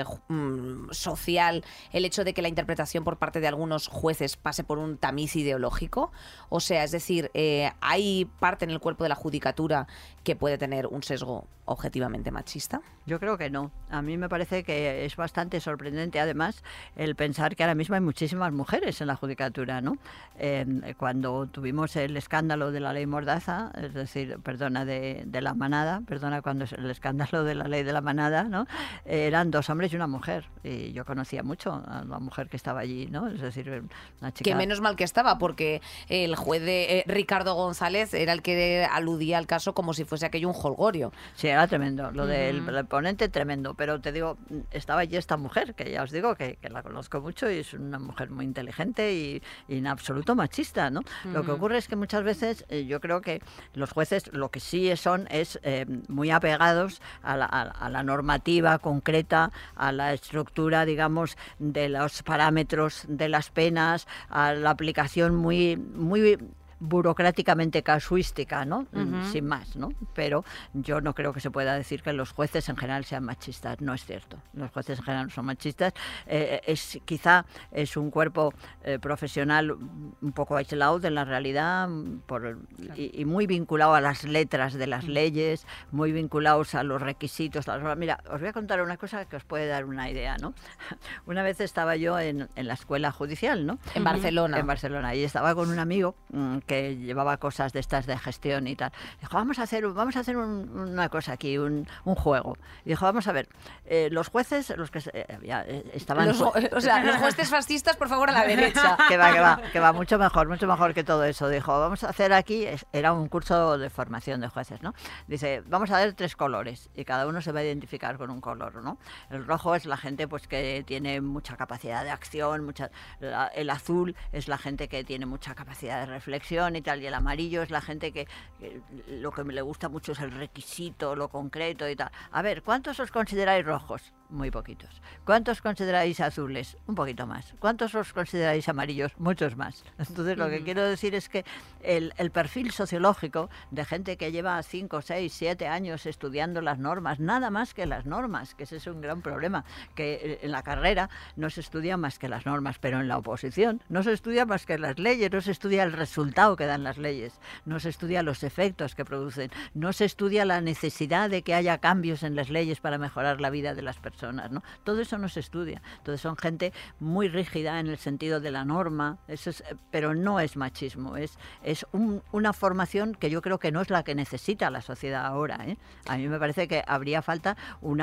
D: social el hecho de que la interpretación por parte de algunos jueces pase por un tamiz ideológico? O sea, es decir, ¿hay parte en el cuerpo de la judicatura que puede tener un sesgo objetivamente machista?
H: Yo creo que no. A mí me parece que es bastante sorprendente, además, el pensar que ahora mismo hay muchísimas mujeres en la judicatura, ¿no? Cuando tuvimos el escándalo de la ley Mordaza, es decir, de la manada, cuando el escándalo de la ley de la manada, ¿no? Eran 2 hombres y una mujer. Y yo conocía mucho a la mujer que estaba allí, ¿no? Es decir, una chica...
D: Que menos mal que estaba, porque el juez de Ricardo González era el que aludía al caso como si fuese aquello un jolgorio.
H: Sí, era tremendo. Lo del ponente, tremendo. Pero te digo, estaba allí esta mujer, que ya os digo que la conozco mucho y es una mujer muy inteligente y en absoluto machista, ¿no? Lo que ocurre es que muchas veces yo creo que los jueces lo que sí son es muy apegados a la normativa concreta, a la estructura, digamos, de los parámetros de las penas, a la aplicación muy burocráticamente casuística, ¿no? Sin más, ¿no? Pero yo no creo que se pueda decir que los jueces en general sean machistas, no es cierto. Los jueces en general no son machistas. Quizá es un cuerpo profesional un poco aislado de la realidad y muy vinculado a las letras de las leyes, muy vinculados a los requisitos. Mira, os voy a contar una cosa que os puede dar una idea, ¿no? Una vez estaba yo en la escuela judicial, ¿no?
D: En Barcelona.
H: En Barcelona, y estaba con un amigo que llevaba cosas de estas de gestión y tal. Dijo, vamos a hacer una cosa aquí, un juego. Y dijo, vamos a ver, los jueces, los que estaban...
D: los jueces fascistas, por favor, a la derecha.
H: que va, mucho mejor que todo eso. Dijo, vamos a hacer aquí, era un curso de formación de jueces, ¿no? Dice, vamos a ver 3 colores y cada uno se va a identificar con un color, ¿no? El rojo es la gente pues que tiene mucha capacidad de acción, el azul es la gente que tiene mucha capacidad de reflexión y tal, y el amarillo es la gente que lo que le gusta mucho es el requisito, lo concreto y tal. A ver, ¿cuántos os consideráis rojos? Muy poquitos. ¿Cuántos consideráis azules? Un poquito más. ¿Cuántos os consideráis amarillos? Muchos más. Entonces, lo que quiero decir es que el perfil sociológico de gente que lleva 5, 6, 7 años estudiando las normas, nada más que las normas, que ese es un gran problema, que en la carrera no se estudia más que las normas, pero en la oposición no se estudia más que las leyes, no se estudia el resultado que dan las leyes, no se estudia los efectos que producen, no se estudia la necesidad de que haya cambios en las leyes para mejorar la vida de las personas, ¿no? Todo eso no se estudia. Entonces son gente muy rígida en el sentido de la norma, pero no es machismo, es una formación que yo creo que no es la que necesita la sociedad ahora, ¿eh? A mí me parece que habría falta un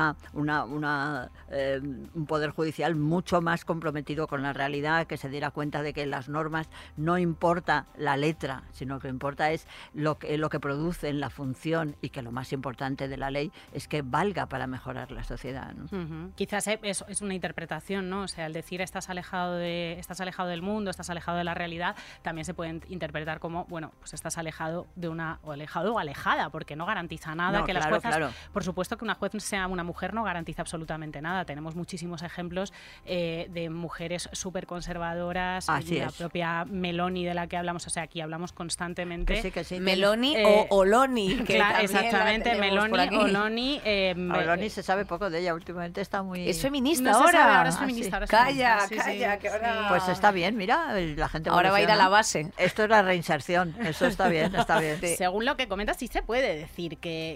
H: poder judicial mucho más comprometido con la realidad, que se diera cuenta de que las normas no importa la letra, sino que importa es lo que produce en la función, y que lo más importante de la ley es que valga para mejorar la sociedad, ¿no?
C: Quizás es una interpretación, ¿no? O sea, al decir estás alejado del mundo, estás alejado de la realidad, también se puede interpretar como, bueno, pues estás alejado de alejado o alejada, porque no garantiza nada.
H: No,
C: que
H: claro,
C: las juezas,
H: claro.
C: Por supuesto que una juez sea una mujer no garantiza absolutamente nada. Tenemos muchísimos ejemplos de mujeres súper conservadoras, la propia Meloni de la que hablamos, o sea, aquí hablamos constantemente.
D: Que sí. Meloni o Oloni.
C: Claro, exactamente, Meloni, Oloni.
H: Oloni se sabe poco de ella, últimamente está muy...
D: Es feminista
C: no
D: ahora.
C: Se sabe, ahora es feminista. Ahora es
D: Calla,
C: feminista,
D: que ahora...
H: Pues está bien, mira, la gente
D: ahora va a ir a la base.
H: Esto es la reinserción, eso está bien, está bien.
C: Sí. Según lo que comentas, sí se puede decir que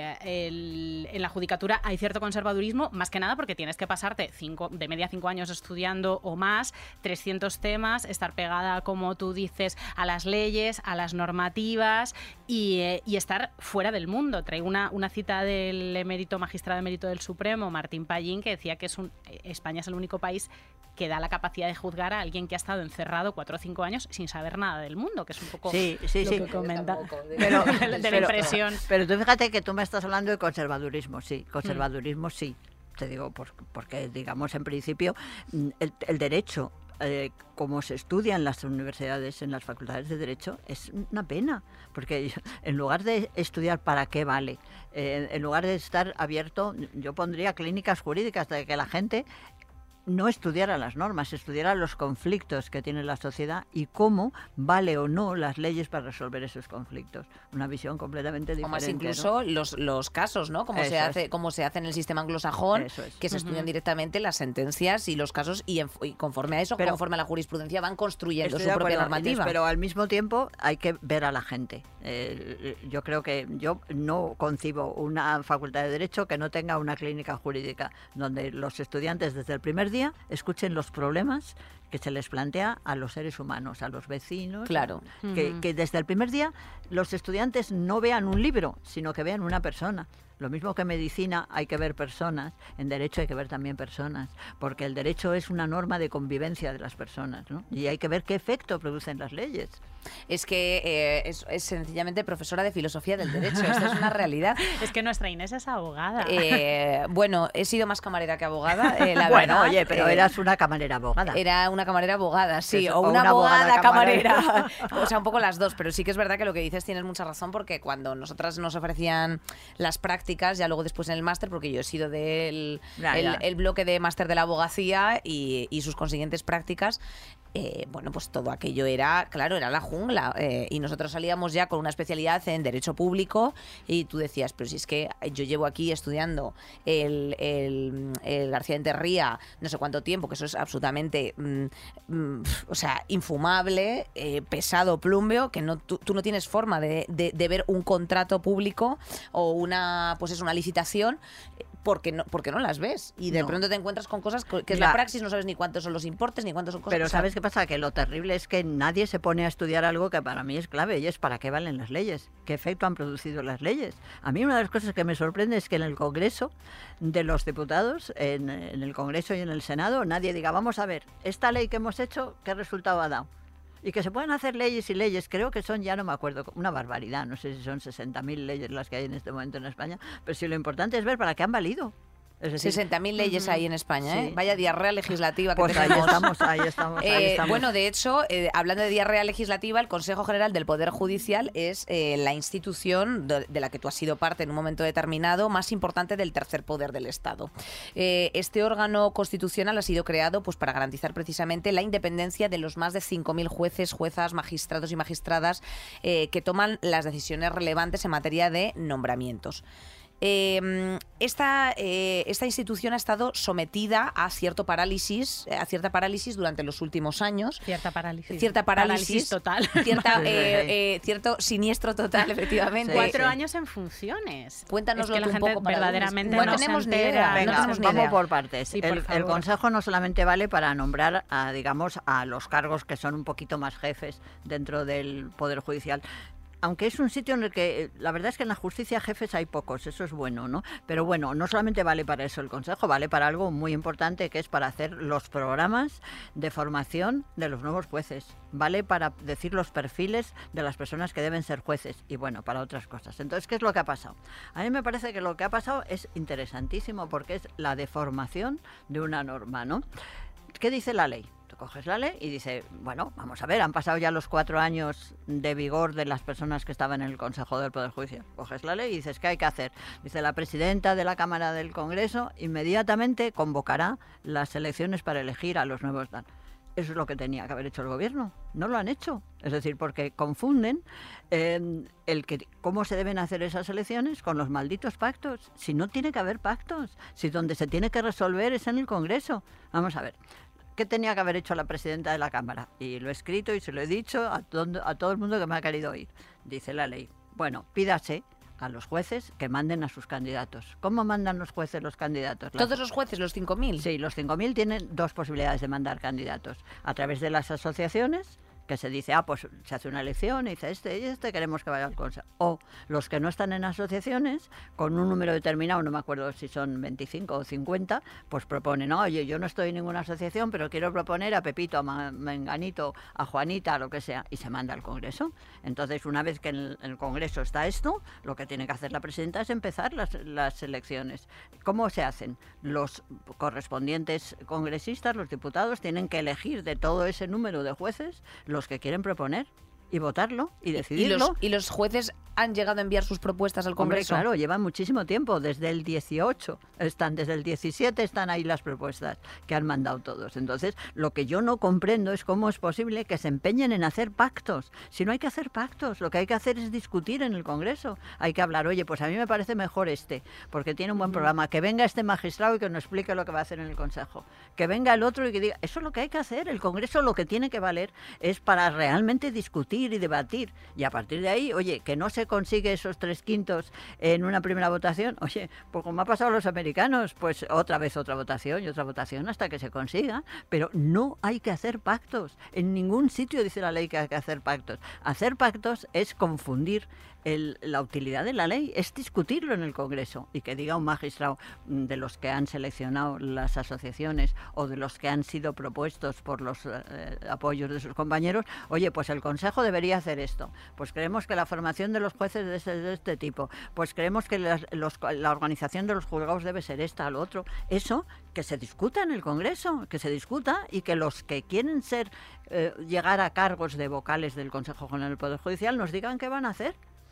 C: en la judicatura hay cierto conservadurismo, más que nada porque tienes que pasarte de media 5 años estudiando o más, 300 temas, estar pegada, como tú dices, a las leyes, a las normativas y estar fuera del mundo. Traigo una cita del magistrado emérito del Supremo, Martín Pallín, que decía que España es el único país que da la capacidad de juzgar a alguien que ha estado encerrado 4 o 5 años sin saber nada del mundo, que es un poco lo que comenta de la impresión.
H: Pero tú fíjate que tú me estás hablando de conservadurismo, sí, sí. Te digo, porque digamos, en principio, el derecho, como se estudia en las universidades, en las facultades de Derecho, es una pena, porque en lugar de estudiar para qué vale, en lugar de estar abierto, yo pondría clínicas jurídicas de que la gente no estudiara las normas, estudiara los conflictos que tiene la sociedad y cómo vale o no las leyes para resolver esos conflictos. Una visión completamente diferente.
D: O más incluso, ¿no? los casos, ¿no? Como se hace en el sistema anglosajón, que se estudian directamente las sentencias y los casos y conforme a eso, conforme a la jurisprudencia, van construyendo su propia normativa.
H: Inés, pero al mismo tiempo hay que ver a la gente. Yo creo que yo no concibo una facultad de Derecho que no tenga una clínica jurídica donde los estudiantes desde el primer día escuchen los problemas que se les plantea a los seres humanos, a los vecinos.
D: Claro.
H: Que desde el primer día los estudiantes no vean un libro, sino que vean una persona. Lo mismo que en medicina hay que ver personas, en derecho hay que ver también personas, porque el derecho es una norma de convivencia de las personas, ¿no? Y hay que ver qué efecto producen las leyes.
D: Es que es sencillamente profesora de filosofía del derecho, esto es una realidad.
C: Es que nuestra Inés es abogada.
D: Bueno, he sido más camarera que abogada, la
H: bueno,
D: verdad.
H: Oye, pero eras una camarera abogada.
D: Era una camarera abogada, sí,
H: Eso,
D: o una abogada camarera. O sea, un poco las dos, pero sí que es verdad que lo que dices tienes mucha razón, porque cuando nosotras nos ofrecían las prácticas, ya luego después en el máster, porque yo he sido del el bloque de máster de la abogacía y sus consiguientes prácticas, bueno, pues todo aquello era la jungla, y nosotros salíamos ya con una especialidad en Derecho Público y tú decías, pero si es que yo llevo aquí estudiando el García de Enterría no sé cuánto tiempo, que eso es absolutamente o sea, infumable, pesado, plúmbeo, que tú no tienes forma de ver un contrato público o una licitación porque no las ves y de pronto te encuentras con cosas que es la praxis, no sabes ni cuántos son los importes ni cuántos son cosas.
H: Pero ¿sabes qué pasa? Que lo terrible es que nadie se pone a estudiar algo que para mí es clave, y es para qué valen las leyes, qué efecto han producido las leyes. A mí una de las cosas que me sorprende es que en el Congreso de los Diputados, en el Congreso y en el Senado, nadie diga, vamos a ver, esta ley que hemos hecho, ¿qué resultado ha dado? Y que se pueden hacer leyes y leyes, creo que son, ya no me acuerdo, una barbaridad, no sé si son 60.000 leyes las que hay en este momento en España, pero sí, lo importante es ver para qué han valido.
D: Es decir, 60.000 leyes hay en España, ¿eh? Sí. Vaya diarrea legislativa que
H: pues
D: tenemos.
H: Ahí estamos.
D: Bueno, de hecho, hablando de diarrea legislativa, el Consejo General del Poder Judicial es la institución de la que tú has sido parte en un momento determinado más importante del tercer poder del Estado. Este órgano constitucional ha sido creado pues para garantizar precisamente la independencia de los más de 5.000 jueces, juezas, magistrados y magistradas que toman las decisiones relevantes en materia de nombramientos. Esta institución ha estado sometida a cierta parálisis durante los últimos años.
C: Cierta parálisis
D: total. Cierto siniestro total, efectivamente.
C: 4 años en funciones.
D: Cuéntanoslo
C: es que la gente
D: un poco
C: verdaderamente
D: no tenemos ni idea.
H: Vamos por partes.
C: Sí,
H: el Consejo no solamente vale para nombrar a los cargos que son un poquito más jefes dentro del Poder Judicial. aunque es un sitio en el que, la verdad es que en la justicia jefes hay pocos, eso es bueno, ¿no? Pero bueno, no solamente vale para eso el Consejo, vale para algo muy importante, que es para hacer los programas de formación de los nuevos jueces, vale para decir los perfiles de las personas que deben ser jueces y bueno, para otras cosas. Entonces, ¿qué es lo que ha pasado? A mí me parece que lo que ha pasado es interesantísimo porque es la deformación de una norma, ¿no? ¿Qué dice la ley? Tú coges la ley y dice, bueno, vamos a ver, han pasado ya los 4 años de vigor de las personas que estaban en el Consejo del Poder Judicial. Coges la ley y dices, ¿qué hay que hacer? Dice, la presidenta de la Cámara del Congreso inmediatamente convocará las elecciones para elegir a los nuevos... Eso es lo que tenía que haber hecho el gobierno. No lo han hecho. Es decir, porque confunden cómo se deben hacer esas elecciones con los malditos pactos. Si no tiene que haber pactos, si donde se tiene que resolver es en el Congreso. Vamos a ver. ¿Qué tenía que haber hecho la presidenta de la Cámara? Y lo he escrito y se lo he dicho a todo el mundo que me ha querido oír. Dice la ley. Bueno, pídase a los jueces que manden a sus candidatos. ¿Cómo mandan los jueces los candidatos?
D: ¿Todos los jueces, los 5.000?
H: Sí, los 5.000 tienen 2 posibilidades de mandar candidatos. A través de las asociaciones, que se dice, pues se hace una elección y dice, este y este queremos que vaya al Consejo. O los que no están en asociaciones, con un número determinado, no me acuerdo si son 25 o 50, pues proponen, oye, yo no estoy en ninguna asociación, pero quiero proponer a Pepito, a Menganito, a Juanita, a lo que sea, y se manda al Congreso. Entonces, una vez que en el Congreso está esto, lo que tiene que hacer la presidenta es empezar las elecciones. ¿Cómo se hacen? Los correspondientes congresistas, los diputados, tienen que elegir de todo ese número de jueces los que quieren proponer y votarlo y decidirlo.
D: ¿Y los jueces han llegado a enviar sus propuestas al Congreso?
H: Hombre, claro, llevan muchísimo tiempo, desde el 18 desde el 17 están ahí las propuestas que han mandado todos. Entonces, lo que yo no comprendo es cómo es posible que se empeñen en hacer pactos. Si no hay que hacer pactos, lo que hay que hacer es discutir en el Congreso. Hay que hablar, oye, pues a mí me parece mejor porque tiene un buen programa, que venga este magistrado y que nos explique lo que va a hacer en el Consejo. Que venga el otro y que diga, eso es lo que hay que hacer. El Congreso lo que tiene que valer es para realmente discutir y debatir. Y a partir de ahí, oye, que no se consigue esos 3/5 en una primera votación, oye, pues como ha pasado a los americanos, pues otra vez otra votación y otra votación hasta que se consiga, pero no hay que hacer pactos. En ningún sitio dice la ley que hay que hacer pactos. Hacer pactos es confundir la utilidad de la ley, es discutirlo en el Congreso y que diga un magistrado de los que han seleccionado las asociaciones o de los que han sido propuestos por los apoyos de sus compañeros, oye, pues el Consejo debería hacer esto, pues creemos que la formación de los jueces debe ser de este tipo, pues creemos que la organización de los juzgados debe ser esta, lo otro. Eso, que se discuta en el Congreso, que se discuta y que los que quieren llegar a cargos de vocales del Consejo General del Poder Judicial nos digan qué van a hacer.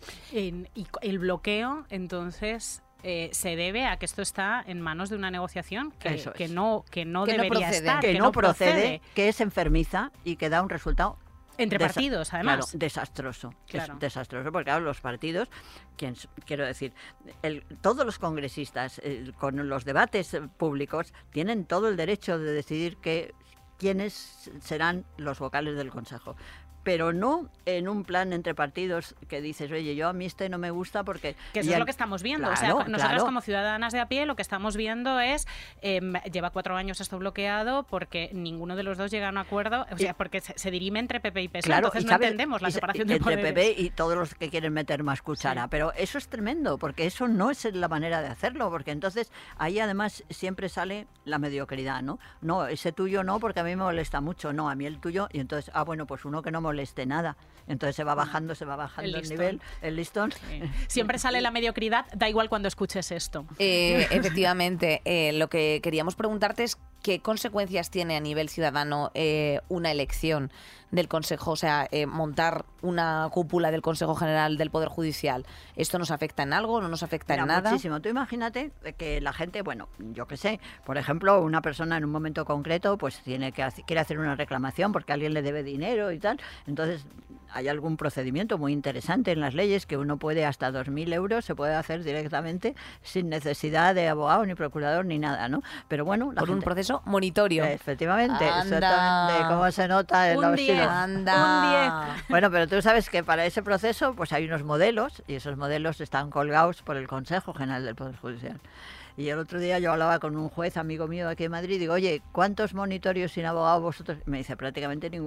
C: Y el bloqueo, entonces, se debe a que esto está en manos de una negociación que no debería estar.
H: Que no procede, que es enfermiza y que da un resultado
C: entre partidos, además.
H: Claro, desastroso.
C: Claro.
H: Es desastroso porque, claro, los partidos, quiero decir, todos los congresistas, con los debates públicos, tienen todo el derecho de decidir quiénes serán los vocales del Consejo. Pero no en un plan entre partidos que dices, oye, yo a mí no me gusta porque...
C: Que eso es lo que estamos viendo.
H: Claro,
C: o sea, nosotras como ciudadanas de a pie lo que estamos viendo es, lleva 4 años esto bloqueado porque ninguno de los dos llega a un acuerdo, o sea, porque se dirime entre PP y PSOE,
H: claro,
C: entonces no entendemos la separación de poderes.
H: Entre PP y todos los que quieren meter más cuchara, sí. Pero eso es tremendo, porque eso no es la manera de hacerlo, porque entonces ahí además siempre sale la mediocridad, ¿no? No, ese tuyo no, porque a mí me molesta mucho, no, a mí el tuyo, y entonces, bueno, pues uno que no moleste nada. Entonces se va bajando el nivel, el listón.
C: Sí. Siempre sale la mediocridad, da igual cuando escuches esto.
D: Efectivamente, lo que queríamos preguntarte es qué consecuencias tiene a nivel ciudadano una elección del Consejo, o sea, montar una cúpula del Consejo General del Poder Judicial. ¿Esto nos afecta en algo? ¿No nos afecta en nada?
H: Muchísimo. Tú imagínate que la gente, bueno, yo qué sé, por ejemplo, una persona en un momento concreto pues quiere hacer una reclamación porque alguien le debe dinero y tal. Entonces, hay algún procedimiento muy interesante en las leyes que uno puede hasta 2.000 euros se puede hacer directamente sin necesidad de abogado ni procurador ni nada, ¿no? Pero bueno,
D: por un proceso monitorio.
H: Efectivamente, exactamente. ¿Cómo se nota en la hostilidad?
D: Anda.
H: Un 10. Bueno, pero tú sabes que para ese proceso pues hay unos modelos y esos modelos están colgados por el Consejo General del Poder Judicial. Y el otro día yo hablaba con un juez amigo mío aquí en Madrid y digo, oye, ¿cuántos monitorios sin abogado vosotros? Me dice, prácticamente ninguno.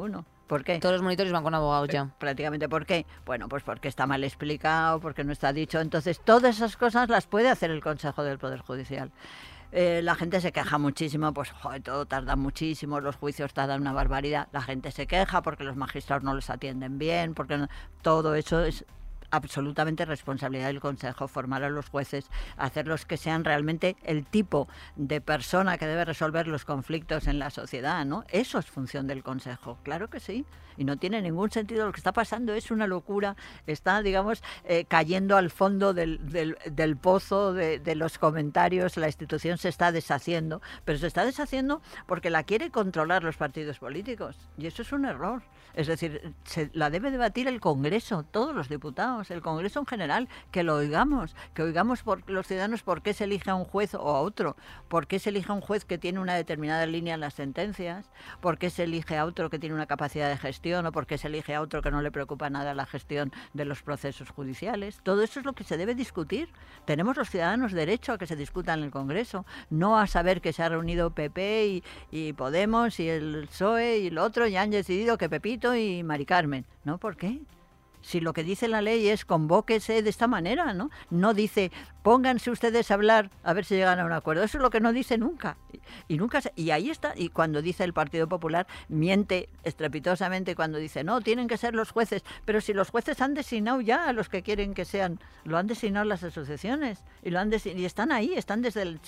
H: ¿Por qué?
D: Todos los monitores van con abogados ya.
H: Prácticamente. ¿Por qué? Bueno, pues porque está mal explicado, porque no está dicho. Entonces, todas esas cosas las puede hacer el Consejo del Poder Judicial. La gente se queja muchísimo, pues joder, todo tarda muchísimo, los juicios tardan una barbaridad. La gente se queja porque los magistrados no les atienden bien, porque todo eso es absolutamente responsabilidad del Consejo, formar a los jueces, hacerlos que sean realmente el tipo de persona que debe resolver los conflictos en la sociedad, ¿no? Eso es función del Consejo, claro que sí. Y no tiene ningún sentido. Lo que está pasando es una locura. Está, digamos, cayendo al fondo del pozo de los comentarios. La institución se está deshaciendo, pero se está deshaciendo porque la quiere controlar los partidos políticos. Y eso es un error. Es decir, la debe debatir el Congreso, todos los diputados, el Congreso en general, que lo oigamos, por los ciudadanos por qué se elige a un juez o a otro, por qué se elige a un juez que tiene una determinada línea en las sentencias, por qué se elige a otro que tiene una capacidad de gestión o por qué se elige a otro que no le preocupa nada la gestión de los procesos judiciales. Todo eso es lo que se debe discutir. Tenemos los ciudadanos derecho a que se discuta en el Congreso, no a saber que se ha reunido PP y Podemos y el PSOE y el otro y han decidido que Pepito y Mari Carmen. ¿No? ¿Por qué? Si lo que dice la ley es convóquese de esta manera, ¿no? No dice pónganse ustedes a hablar a ver si llegan a un acuerdo. Eso es lo que no dice nunca. Y ahí está. Y cuando dice el Partido Popular, miente estrepitosamente cuando dice no, tienen que ser los jueces. Pero si los jueces han designado ya a los que quieren que sean, lo han designado las asociaciones y están ahí, están desde el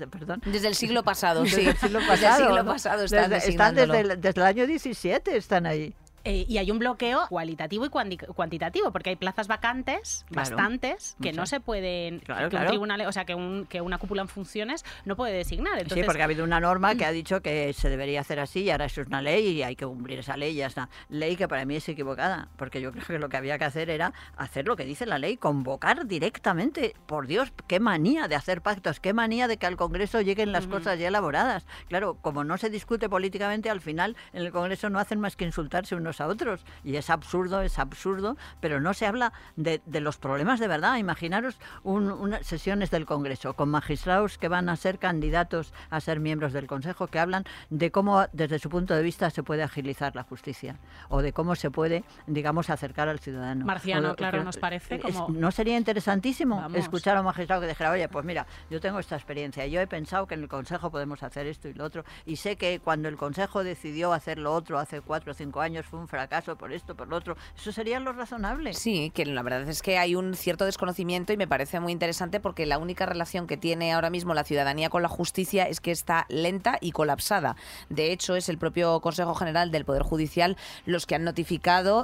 D: siglo pasado, sí.
H: Desde el siglo pasado están desde el año 17 están ahí.
C: Y hay un bloqueo cualitativo y cuantitativo, porque hay plazas vacantes, bastantes, que no se pueden, que un tribunal, o sea, que una cúpula en funciones no puede designar. Entonces,
H: sí, porque ha habido una norma que ha dicho que se debería hacer así y ahora eso es una ley y hay que cumplir esa ley y ya está. Ley que para mí es equivocada, porque yo creo que lo que había que hacer era hacer lo que dice la ley, convocar directamente. Por Dios, qué manía de hacer pactos, qué manía de que al Congreso lleguen las cosas ya elaboradas. Claro, como no se discute políticamente, al final en el Congreso no hacen más que insultarse unos a otros y es absurdo, pero no se habla de los problemas de verdad. Imaginaros unas sesiones del Congreso con magistrados que van a ser candidatos a ser miembros del Consejo, que hablan de cómo desde su punto de vista se puede agilizar la justicia o de cómo se puede, digamos, acercar al ciudadano.
C: Marciano, claro, nos parece como...
H: ¿No sería interesantísimo escuchar a un magistrado que dijera, oye, pues mira, yo tengo esta experiencia, yo he pensado que en el Consejo podemos hacer esto y lo otro, y sé que cuando el Consejo decidió hacer lo otro hace 4 o 5 años fue un fracaso por esto, por lo otro. Eso sería lo razonable.
D: Sí, que la verdad es que hay un cierto desconocimiento y me parece muy interesante porque la única relación que tiene ahora mismo la ciudadanía con la justicia es que está lenta y colapsada. De hecho, es el propio Consejo General del Poder Judicial los que han notificado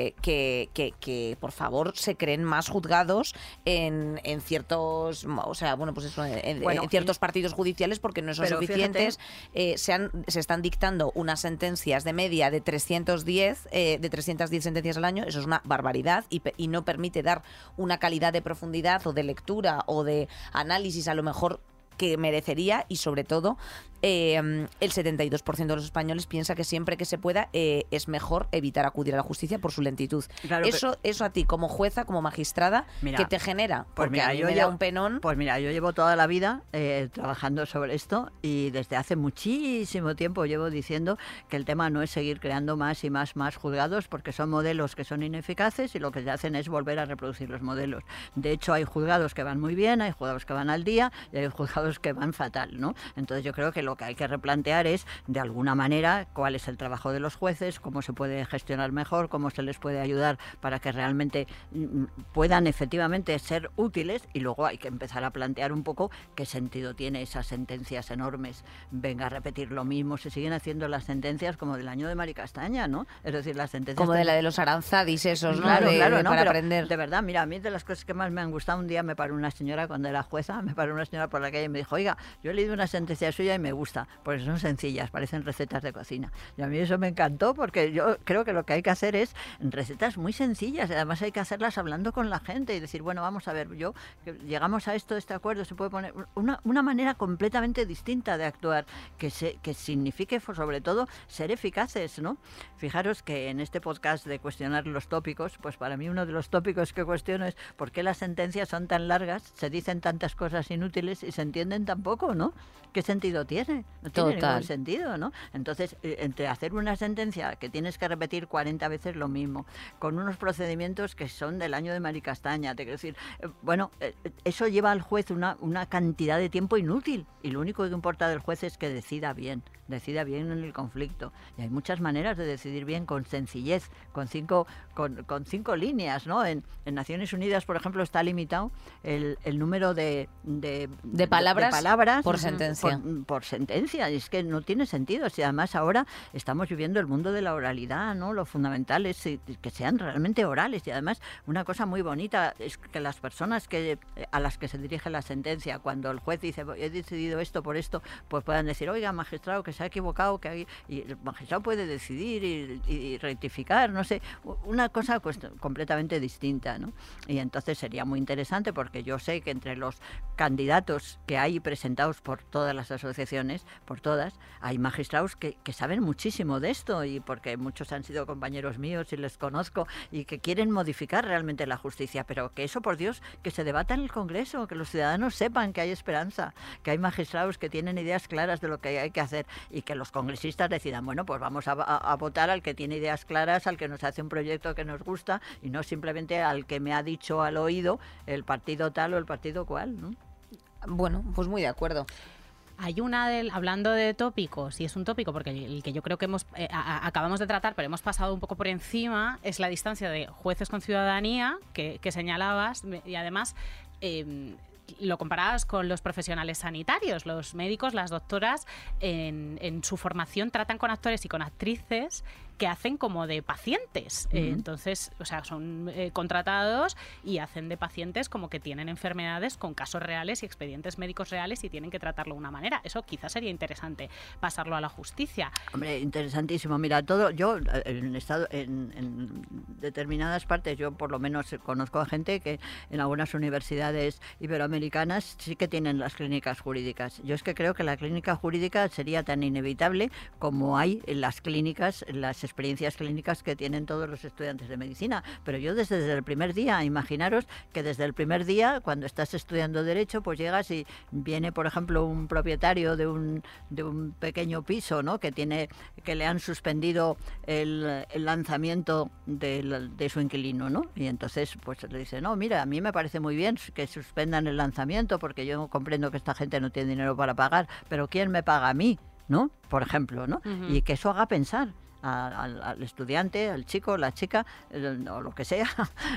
D: que por favor se creen más juzgados en ciertos, o sea, bueno, pues eso, en ciertos partidos judiciales porque no son suficientes. Se están dictando unas sentencias de media de 310 sentencias al año. Eso es una barbaridad y no permite dar una calidad de profundidad o de lectura o de análisis a lo mejor que merecería, y sobre todo el 72% de los españoles piensa que siempre que se pueda es mejor evitar acudir a la justicia por su lentitud. Claro, eso a ti como jueza, como magistrada, ¿qué te genera? Porque a mí me da un penón.
H: Pues mira, yo llevo toda la vida trabajando sobre esto y desde hace muchísimo tiempo llevo diciendo que el tema no es seguir creando más y más juzgados, porque son modelos que son ineficaces y lo que se hacen es volver a reproducir los modelos. De hecho, hay juzgados que van muy bien, hay juzgados que van al día y hay juzgados que van fatal, ¿no? Entonces yo creo que lo que hay que replantear es, de alguna manera, cuál es el trabajo de los jueces, cómo se puede gestionar mejor, cómo se les puede ayudar para que realmente puedan efectivamente ser útiles, y luego hay que empezar a plantear un poco qué sentido tiene esas sentencias enormes. Venga a repetir lo mismo, se siguen haciendo las sentencias como del año de Mari Castaña, ¿no? Es decir, las sentencias...
D: Como de la de los Aranzadis, esos, ¿no?
H: Claro, ¿no?
D: Para
H: Pero
D: aprender.
H: De verdad, mira, a mí de las cosas que más me han gustado, un día me paró una señora, cuando era jueza, me paró una señora por la calle y me dijo, oiga, yo he leído una sentencia suya y me gusta, porque son sencillas, parecen recetas de cocina. Y a mí eso me encantó, porque yo creo que lo que hay que hacer es recetas muy sencillas, y además hay que hacerlas hablando con la gente y decir, bueno, vamos a ver, llegamos a este acuerdo, se puede poner una manera completamente distinta de actuar, que signifique, sobre todo, ser eficaces, ¿no? Fijaros que en este podcast de cuestionar los tópicos, pues para mí uno de los tópicos que cuestiono es por qué las sentencias son tan largas, se dicen tantas cosas inútiles y se entiende entienden tampoco, ¿no? ¿Qué sentido tiene? No tiene ningún sentido, ¿no? Entonces, entre hacer una sentencia que tienes que repetir 40 veces lo mismo, con unos procedimientos que son del año de Maricastaña, te quiero decir, eso lleva al juez una cantidad de tiempo inútil, y lo único que importa del juez es que decida bien en el conflicto. Y hay muchas maneras de decidir bien con sencillez, con cinco líneas, ¿no? En Naciones Unidas, por ejemplo, está limitado el número de palabras
D: por sentencia.
H: Por sentencia, y es que no tiene sentido. Si además ahora estamos viviendo el mundo de la oralidad, ¿no? Lo fundamental es que sean realmente orales, y además una cosa muy bonita es que las personas a las que se dirige la sentencia, cuando el juez dice he decidido esto por esto, pues puedan decir, oiga, magistrado, que se ha equivocado, y el magistrado puede decidir y rectificar, no sé, una cosa completamente distinta, ¿no? Y entonces sería muy interesante, porque yo sé que entre los candidatos que hay presentados por todas las asociaciones, por todas, hay magistrados que saben muchísimo de esto, y porque muchos han sido compañeros míos y les conozco, y que quieren modificar realmente la justicia, pero que eso, por Dios, que se debata en el Congreso, que los ciudadanos sepan que hay esperanza, que hay magistrados que tienen ideas claras de lo que hay que hacer, y que los congresistas decidan, bueno, pues vamos a votar al que tiene ideas claras, al que nos hace un proyecto que nos gusta, y no simplemente al que me ha dicho al oído el partido tal o el partido cual, ¿no?
D: Bueno, pues muy de acuerdo.
C: Hay hablando de tópicos, y es un tópico porque el que yo creo que acabamos de tratar, pero hemos pasado un poco por encima, es la distancia de jueces con ciudadanía que señalabas, y además lo comparabas con los profesionales sanitarios. Los médicos, las doctoras, en su formación tratan con actores y con actrices que hacen como de pacientes. Entonces, o sea, son contratados y hacen de pacientes como que tienen enfermedades con casos reales y expedientes médicos reales, y tienen que tratarlo de una manera. Eso quizás sería interesante pasarlo a la justicia.
H: Hombre, interesantísimo. Mira, yo en determinadas partes, yo por lo menos conozco a gente que en algunas universidades iberoamericanas sí que tienen las clínicas jurídicas. Yo es que creo que la clínica jurídica sería tan inevitable como hay en las clínicas, las experiencias clínicas que tienen todos los estudiantes de medicina. Pero yo desde el primer día, imaginaros que desde el primer día, cuando estás estudiando Derecho, pues llegas y viene, por ejemplo, un propietario de un pequeño piso, ¿no? que le han suspendido el lanzamiento de su inquilino, ¿no? Y entonces pues le dice, no, mira, a mí me parece muy bien que suspendan el lanzamiento, porque yo comprendo que esta gente no tiene dinero para pagar, pero ¿quién me paga a mí? ¿No? Por ejemplo, ¿no? Y que eso haga pensar al estudiante, al chico, la chica, o lo que sea.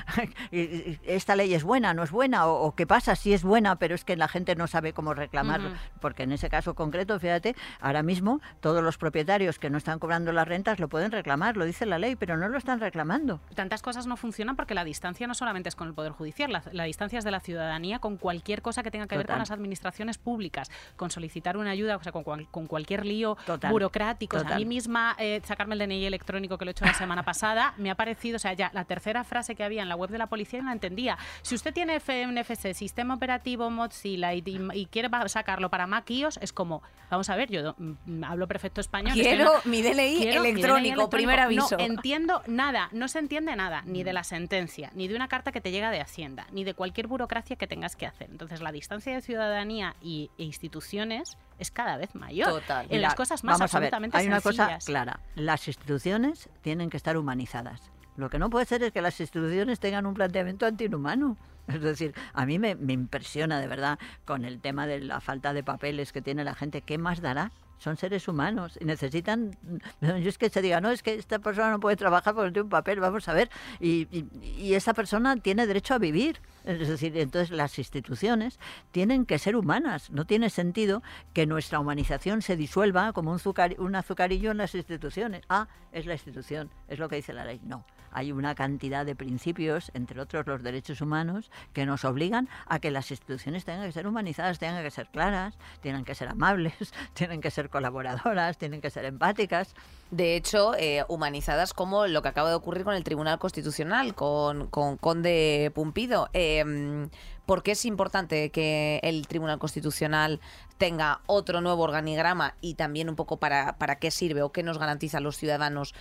H: ¿Esta ley es buena, no es buena? ¿O qué pasa si es buena, pero es que la gente no sabe cómo reclamarlo? Porque en ese caso concreto, fíjate, ahora mismo todos los propietarios que no están cobrando las rentas lo pueden reclamar, lo dice la ley, pero no lo están reclamando.
C: Tantas cosas no funcionan porque la distancia no solamente es con el Poder Judicial, la distancia es de la ciudadanía con cualquier cosa que tenga que ver con las administraciones públicas, con solicitar una ayuda, o sea, con cualquier lío burocrático. O sea, a mí misma, sacarme el DNI electrónico, que lo he hecho la semana pasada, me ha parecido, o sea, ya la tercera frase que había en la web de la policía no la entendía. Si usted tiene NFC, sistema operativo Mozilla, y quiere sacarlo para Mac iOS, es como, vamos a ver, yo hablo perfecto español.
D: Quiero mi DNI electrónico, primer aviso.
C: No entiendo nada, no se entiende nada, ni de la sentencia, ni de una carta que te llega de Hacienda, ni de cualquier burocracia que tengas que hacer. Entonces, la distancia de ciudadanía e instituciones es cada vez mayor.
D: Total.
C: En las cosas más absolutamente sencillas.
H: Hay una cosa clara, las instituciones tienen que estar humanizadas. Lo que no puede ser es que las instituciones tengan un planteamiento antiinhumano. Es decir, a mí me impresiona de verdad con el tema de la falta de papeles que tiene la gente. ¿Qué más dará? Son seres humanos y necesitan... Yo es que se diga, no, es que esta persona no puede trabajar porque no tiene un papel, vamos a ver. Y esa persona tiene derecho a vivir. Es decir, entonces las instituciones tienen que ser humanas. No tiene sentido que nuestra humanización se disuelva como un azucarillo en las instituciones. Es la institución, es lo que dice la ley. No, hay una cantidad de principios, entre otros los derechos humanos, que nos obligan a que las instituciones tengan que ser humanizadas, tengan que ser claras, tienen que ser amables, tienen que ser colaboradoras, tienen que ser empáticas.
D: De hecho, humanizadas, como lo que acaba de ocurrir con el Tribunal Constitucional, con Conde Pumpido. ¿Por qué es importante que el Tribunal Constitucional tenga otro nuevo organigrama, y también un poco para qué sirve o qué nos garantiza a los ciudadanos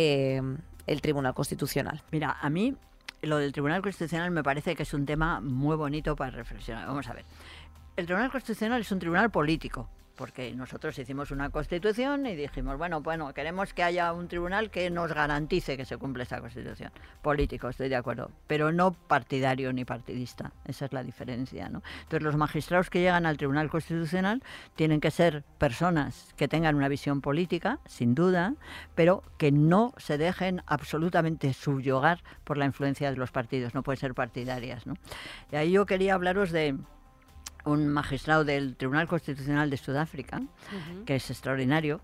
D: el Tribunal Constitucional?
H: Mira, a mí lo del Tribunal Constitucional me parece que es un tema muy bonito para reflexionar. Vamos a ver. El Tribunal Constitucional es un tribunal político, porque nosotros hicimos una Constitución y dijimos, bueno, queremos que haya un tribunal que nos garantice que se cumple esa Constitución. Político, estoy de acuerdo, pero no partidario ni partidista. Esa es la diferencia, ¿no? Entonces, los magistrados que llegan al Tribunal Constitucional tienen que ser personas que tengan una visión política, sin duda, pero que no se dejen absolutamente subyugar por la influencia de los partidos, no pueden ser partidarias, ¿no? Y ahí yo quería hablaros de un magistrado del Tribunal Constitucional de Sudáfrica, que es extraordinario.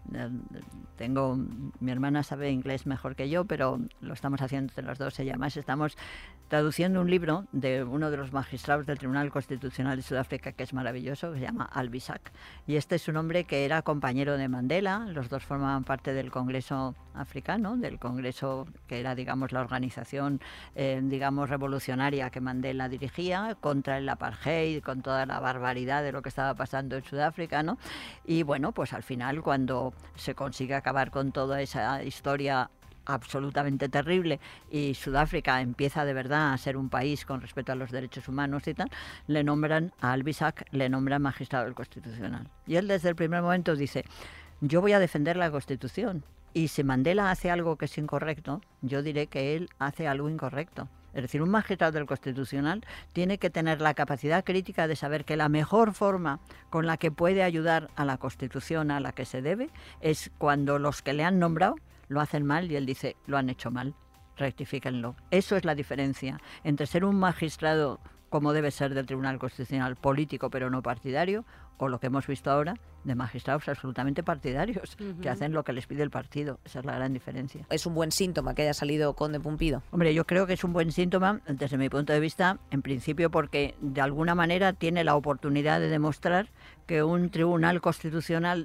H: Mi hermana sabe inglés mejor que yo, pero lo estamos haciendo entre los dos. Y además estamos traduciendo un libro de uno de los magistrados del Tribunal Constitucional de Sudáfrica, que es maravilloso, que se llama Albisak. Y este es un hombre que era compañero de Mandela. Los dos formaban parte del Congreso africano, del Congreso que era, digamos, la organización, digamos, revolucionaria que Mandela dirigía contra el apartheid, con toda la barbaridad de lo que estaba pasando en Sudáfrica, ¿no? Y bueno, pues al final, cuando se consigue acabar con toda esa historia absolutamente terrible y Sudáfrica empieza de verdad a ser un país con respeto a los derechos humanos y tal, le nombran a Albisak, le nombran magistrado del Constitucional. Y él desde el primer momento dice, yo voy a defender la Constitución, y si Mandela hace algo que es incorrecto, yo diré que él hace algo incorrecto. Es decir, un magistrado del Constitucional tiene que tener la capacidad crítica de saber que la mejor forma con la que puede ayudar a la Constitución a la que se debe es cuando los que le han nombrado lo hacen mal y él dice, lo han hecho mal, rectifíquenlo. Eso es la diferencia entre ser un magistrado, como debe ser del Tribunal Constitucional, político pero no partidario, o lo que hemos visto ahora de magistrados absolutamente partidarios, que hacen lo que les pide el partido. Esa es la gran diferencia.
D: ¿Es un buen síntoma que haya salido Conde Pumpido?
H: Hombre, yo creo que es un buen síntoma, desde mi punto de vista, en principio porque de alguna manera tiene la oportunidad de demostrar que un Tribunal Constitucional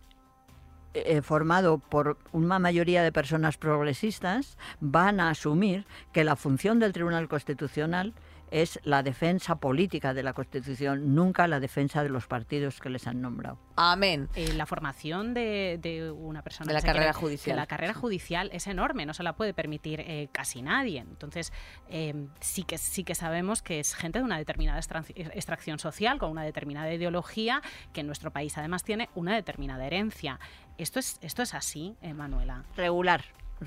H: formado por una mayoría de personas progresistas van a asumir que la función del Tribunal Constitucional es la defensa política de la Constitución, nunca la defensa de los partidos que les han nombrado.
D: Amén.
C: La formación de una persona...
D: De la carrera judicial.
C: De la carrera judicial es enorme, no se la puede permitir casi nadie. Entonces, sí que sabemos que es gente de una determinada extracción social, con una determinada ideología, que en nuestro país además tiene una determinada herencia. ¿Esto es así, Manuela?
H: Regular.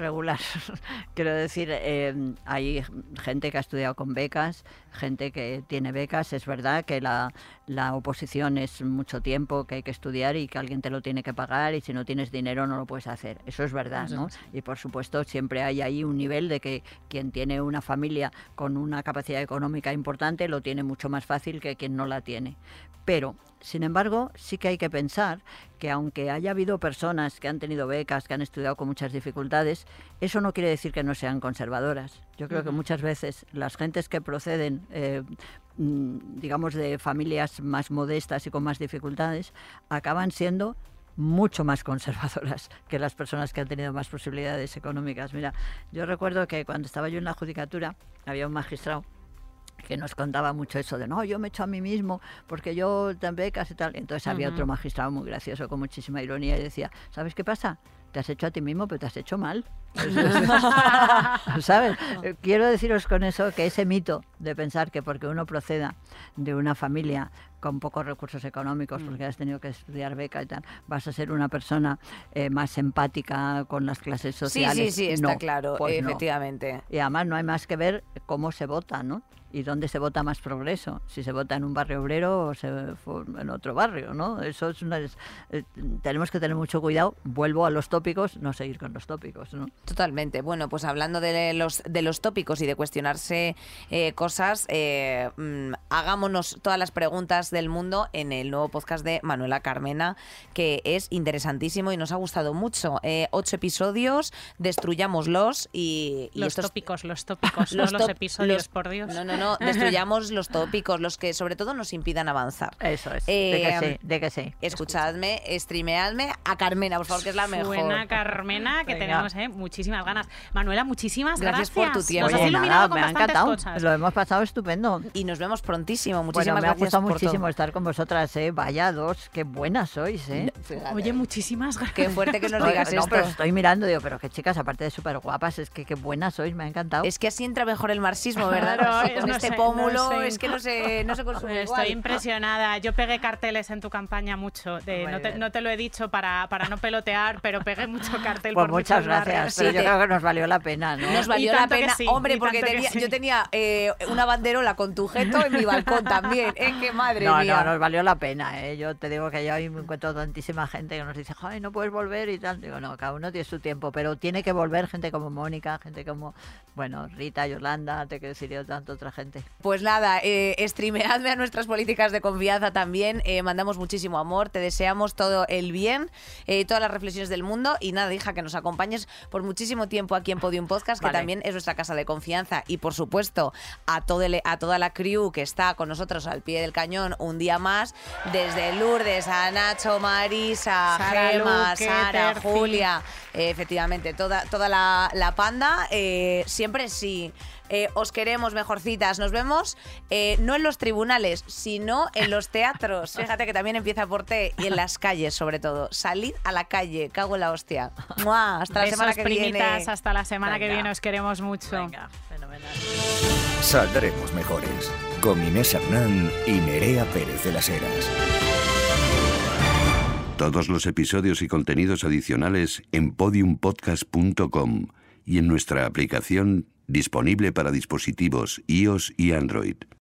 H: Quiero decir, hay gente que ha estudiado con becas, gente que tiene becas. Es verdad que la oposición es mucho tiempo que hay que estudiar y que alguien te lo tiene que pagar, y si no tienes dinero no lo puedes hacer. Eso es verdad, ¿no? Y por supuesto siempre hay ahí un nivel de que quien tiene una familia con una capacidad económica importante lo tiene mucho más fácil que quien no la tiene. Pero, sin embargo, sí que hay que pensar que aunque haya habido personas que han tenido becas, que han estudiado con muchas dificultades, eso no quiere decir que no sean conservadoras. Yo creo que muchas veces las gentes que proceden, digamos, de familias más modestas y con más dificultades, acaban siendo mucho más conservadoras que las personas que han tenido más posibilidades económicas. Mira, yo recuerdo que cuando estaba yo en la judicatura había un magistrado que nos contaba mucho eso de, no, yo me echo a mí mismo porque yo tan becas y tal. Entonces había otro magistrado muy gracioso con muchísima ironía y decía, ¿sabes qué pasa? Te has hecho a ti mismo, pero te has hecho mal. ¿Sabes? Quiero deciros con eso que ese mito de pensar que porque uno proceda de una familia con pocos recursos económicos, porque has tenido que estudiar beca y tal, vas a ser una persona más empática con las clases sociales.
D: Sí, está claro,
H: pues
D: efectivamente.
H: No. Y además no hay más que ver cómo se vota, ¿no? Y dónde se vota más progreso, si se vota en un barrio obrero o en otro barrio, ¿no? Eso es tenemos que tener mucho cuidado. Vuelvo a los tópicos, no seguir con los tópicos, ¿no?
D: Totalmente. Bueno, pues hablando de los tópicos y de cuestionarse cosas, hagámonos todas las preguntas del mundo en el nuevo podcast de Manuela Carmena, que es interesantísimo y nos ha gustado mucho. 8 episodios, destruyámoslos y
C: los tópicos, no los episodios, por Dios.
D: No, destruyamos los tópicos, los que sobre todo nos impidan avanzar.
H: Eso es, de que sí.
D: Escuchadme, streameadme a Carmena, por favor, que es la mejor.
C: Buena Carmena, que tenemos muchísimas ganas. Manuela, muchísimas gracias
D: por tu tiempo.
C: Nos has iluminado con
H: me ha
C: bastantes
H: encantado.
C: cosas.
H: Lo hemos pasado estupendo.
D: Y nos vemos prontísimo. Muchísimas
H: gracias
D: por
H: muchísimo muchísimo estar con vosotras, ¿eh? Vaya dos, qué buenas sois, ¿eh?
C: Oye, muchísimas gracias.
D: Qué fuerte que nos digas esto.
H: No, pero estoy mirando, digo, pero qué chicas, aparte de súper guapas, es que qué buenas sois, me ha encantado.
D: Es que así entra mejor el marxismo, ¿verdad?
C: Claro,
D: con
C: no
D: este
C: sé,
D: pómulo,
C: no sé.
D: es que no se consume igual.
C: Estoy impresionada. Yo pegué carteles en tu campaña mucho. No te lo he dicho para no pelotear, pero pegué mucho cartel
H: Pues
C: por
H: muchas
C: muchos
H: gracias,
C: barrios.
H: pero yo creo que nos valió la pena, ¿no?
D: Nos valió
C: Y
D: la
C: tanto que
D: pena,
C: sí,
D: hombre,
C: y
D: porque
C: tanto que sí.
D: yo tenía una banderola con tu jeto en mi balcón también. Es que madre mía.
H: No, nos valió la pena, ¿eh? Yo te digo que yo ahí me encuentro tantísima gente que nos dice, ay, no puedes volver y tal. Digo, no, cada uno tiene su tiempo, pero tiene que volver gente como Mónica, gente como, bueno, Rita, Yolanda, te quiero decir yo, tanta otra gente.
D: Pues nada, streameadme a nuestras políticas de confianza también. Mandamos muchísimo amor, te deseamos todo el bien, todas las reflexiones del mundo. Y nada, hija, que nos acompañes por muchísimo tiempo aquí en Podium Podcast, que también es nuestra casa de confianza. Y por supuesto, a toda la crew que está con nosotros al pie del cañón un día más, desde Lourdes a Nacho, Marisa,
C: Sara,
D: Gema,
C: Luque,
D: Sara,
C: Terci.
D: Julia, efectivamente, toda la panda, siempre sí. Os queremos, mejorcitas. Nos vemos no en los tribunales, sino en los teatros. Fíjate que también empieza por T, y en las calles, sobre todo. Salid a la calle, cago en la hostia. ¡Mua! Hasta la semana que
C: primitas,
D: viene.
C: hasta la semana que
H: Venga.
C: viene. Os queremos mucho.
H: Venga, fenomenal.
B: Saldremos mejores. Con Inés Hernán y Nerea Pérez de las Heras.
I: Todos los episodios y contenidos adicionales en podiumpodcast.com y en nuestra aplicación disponible para dispositivos iOS y Android.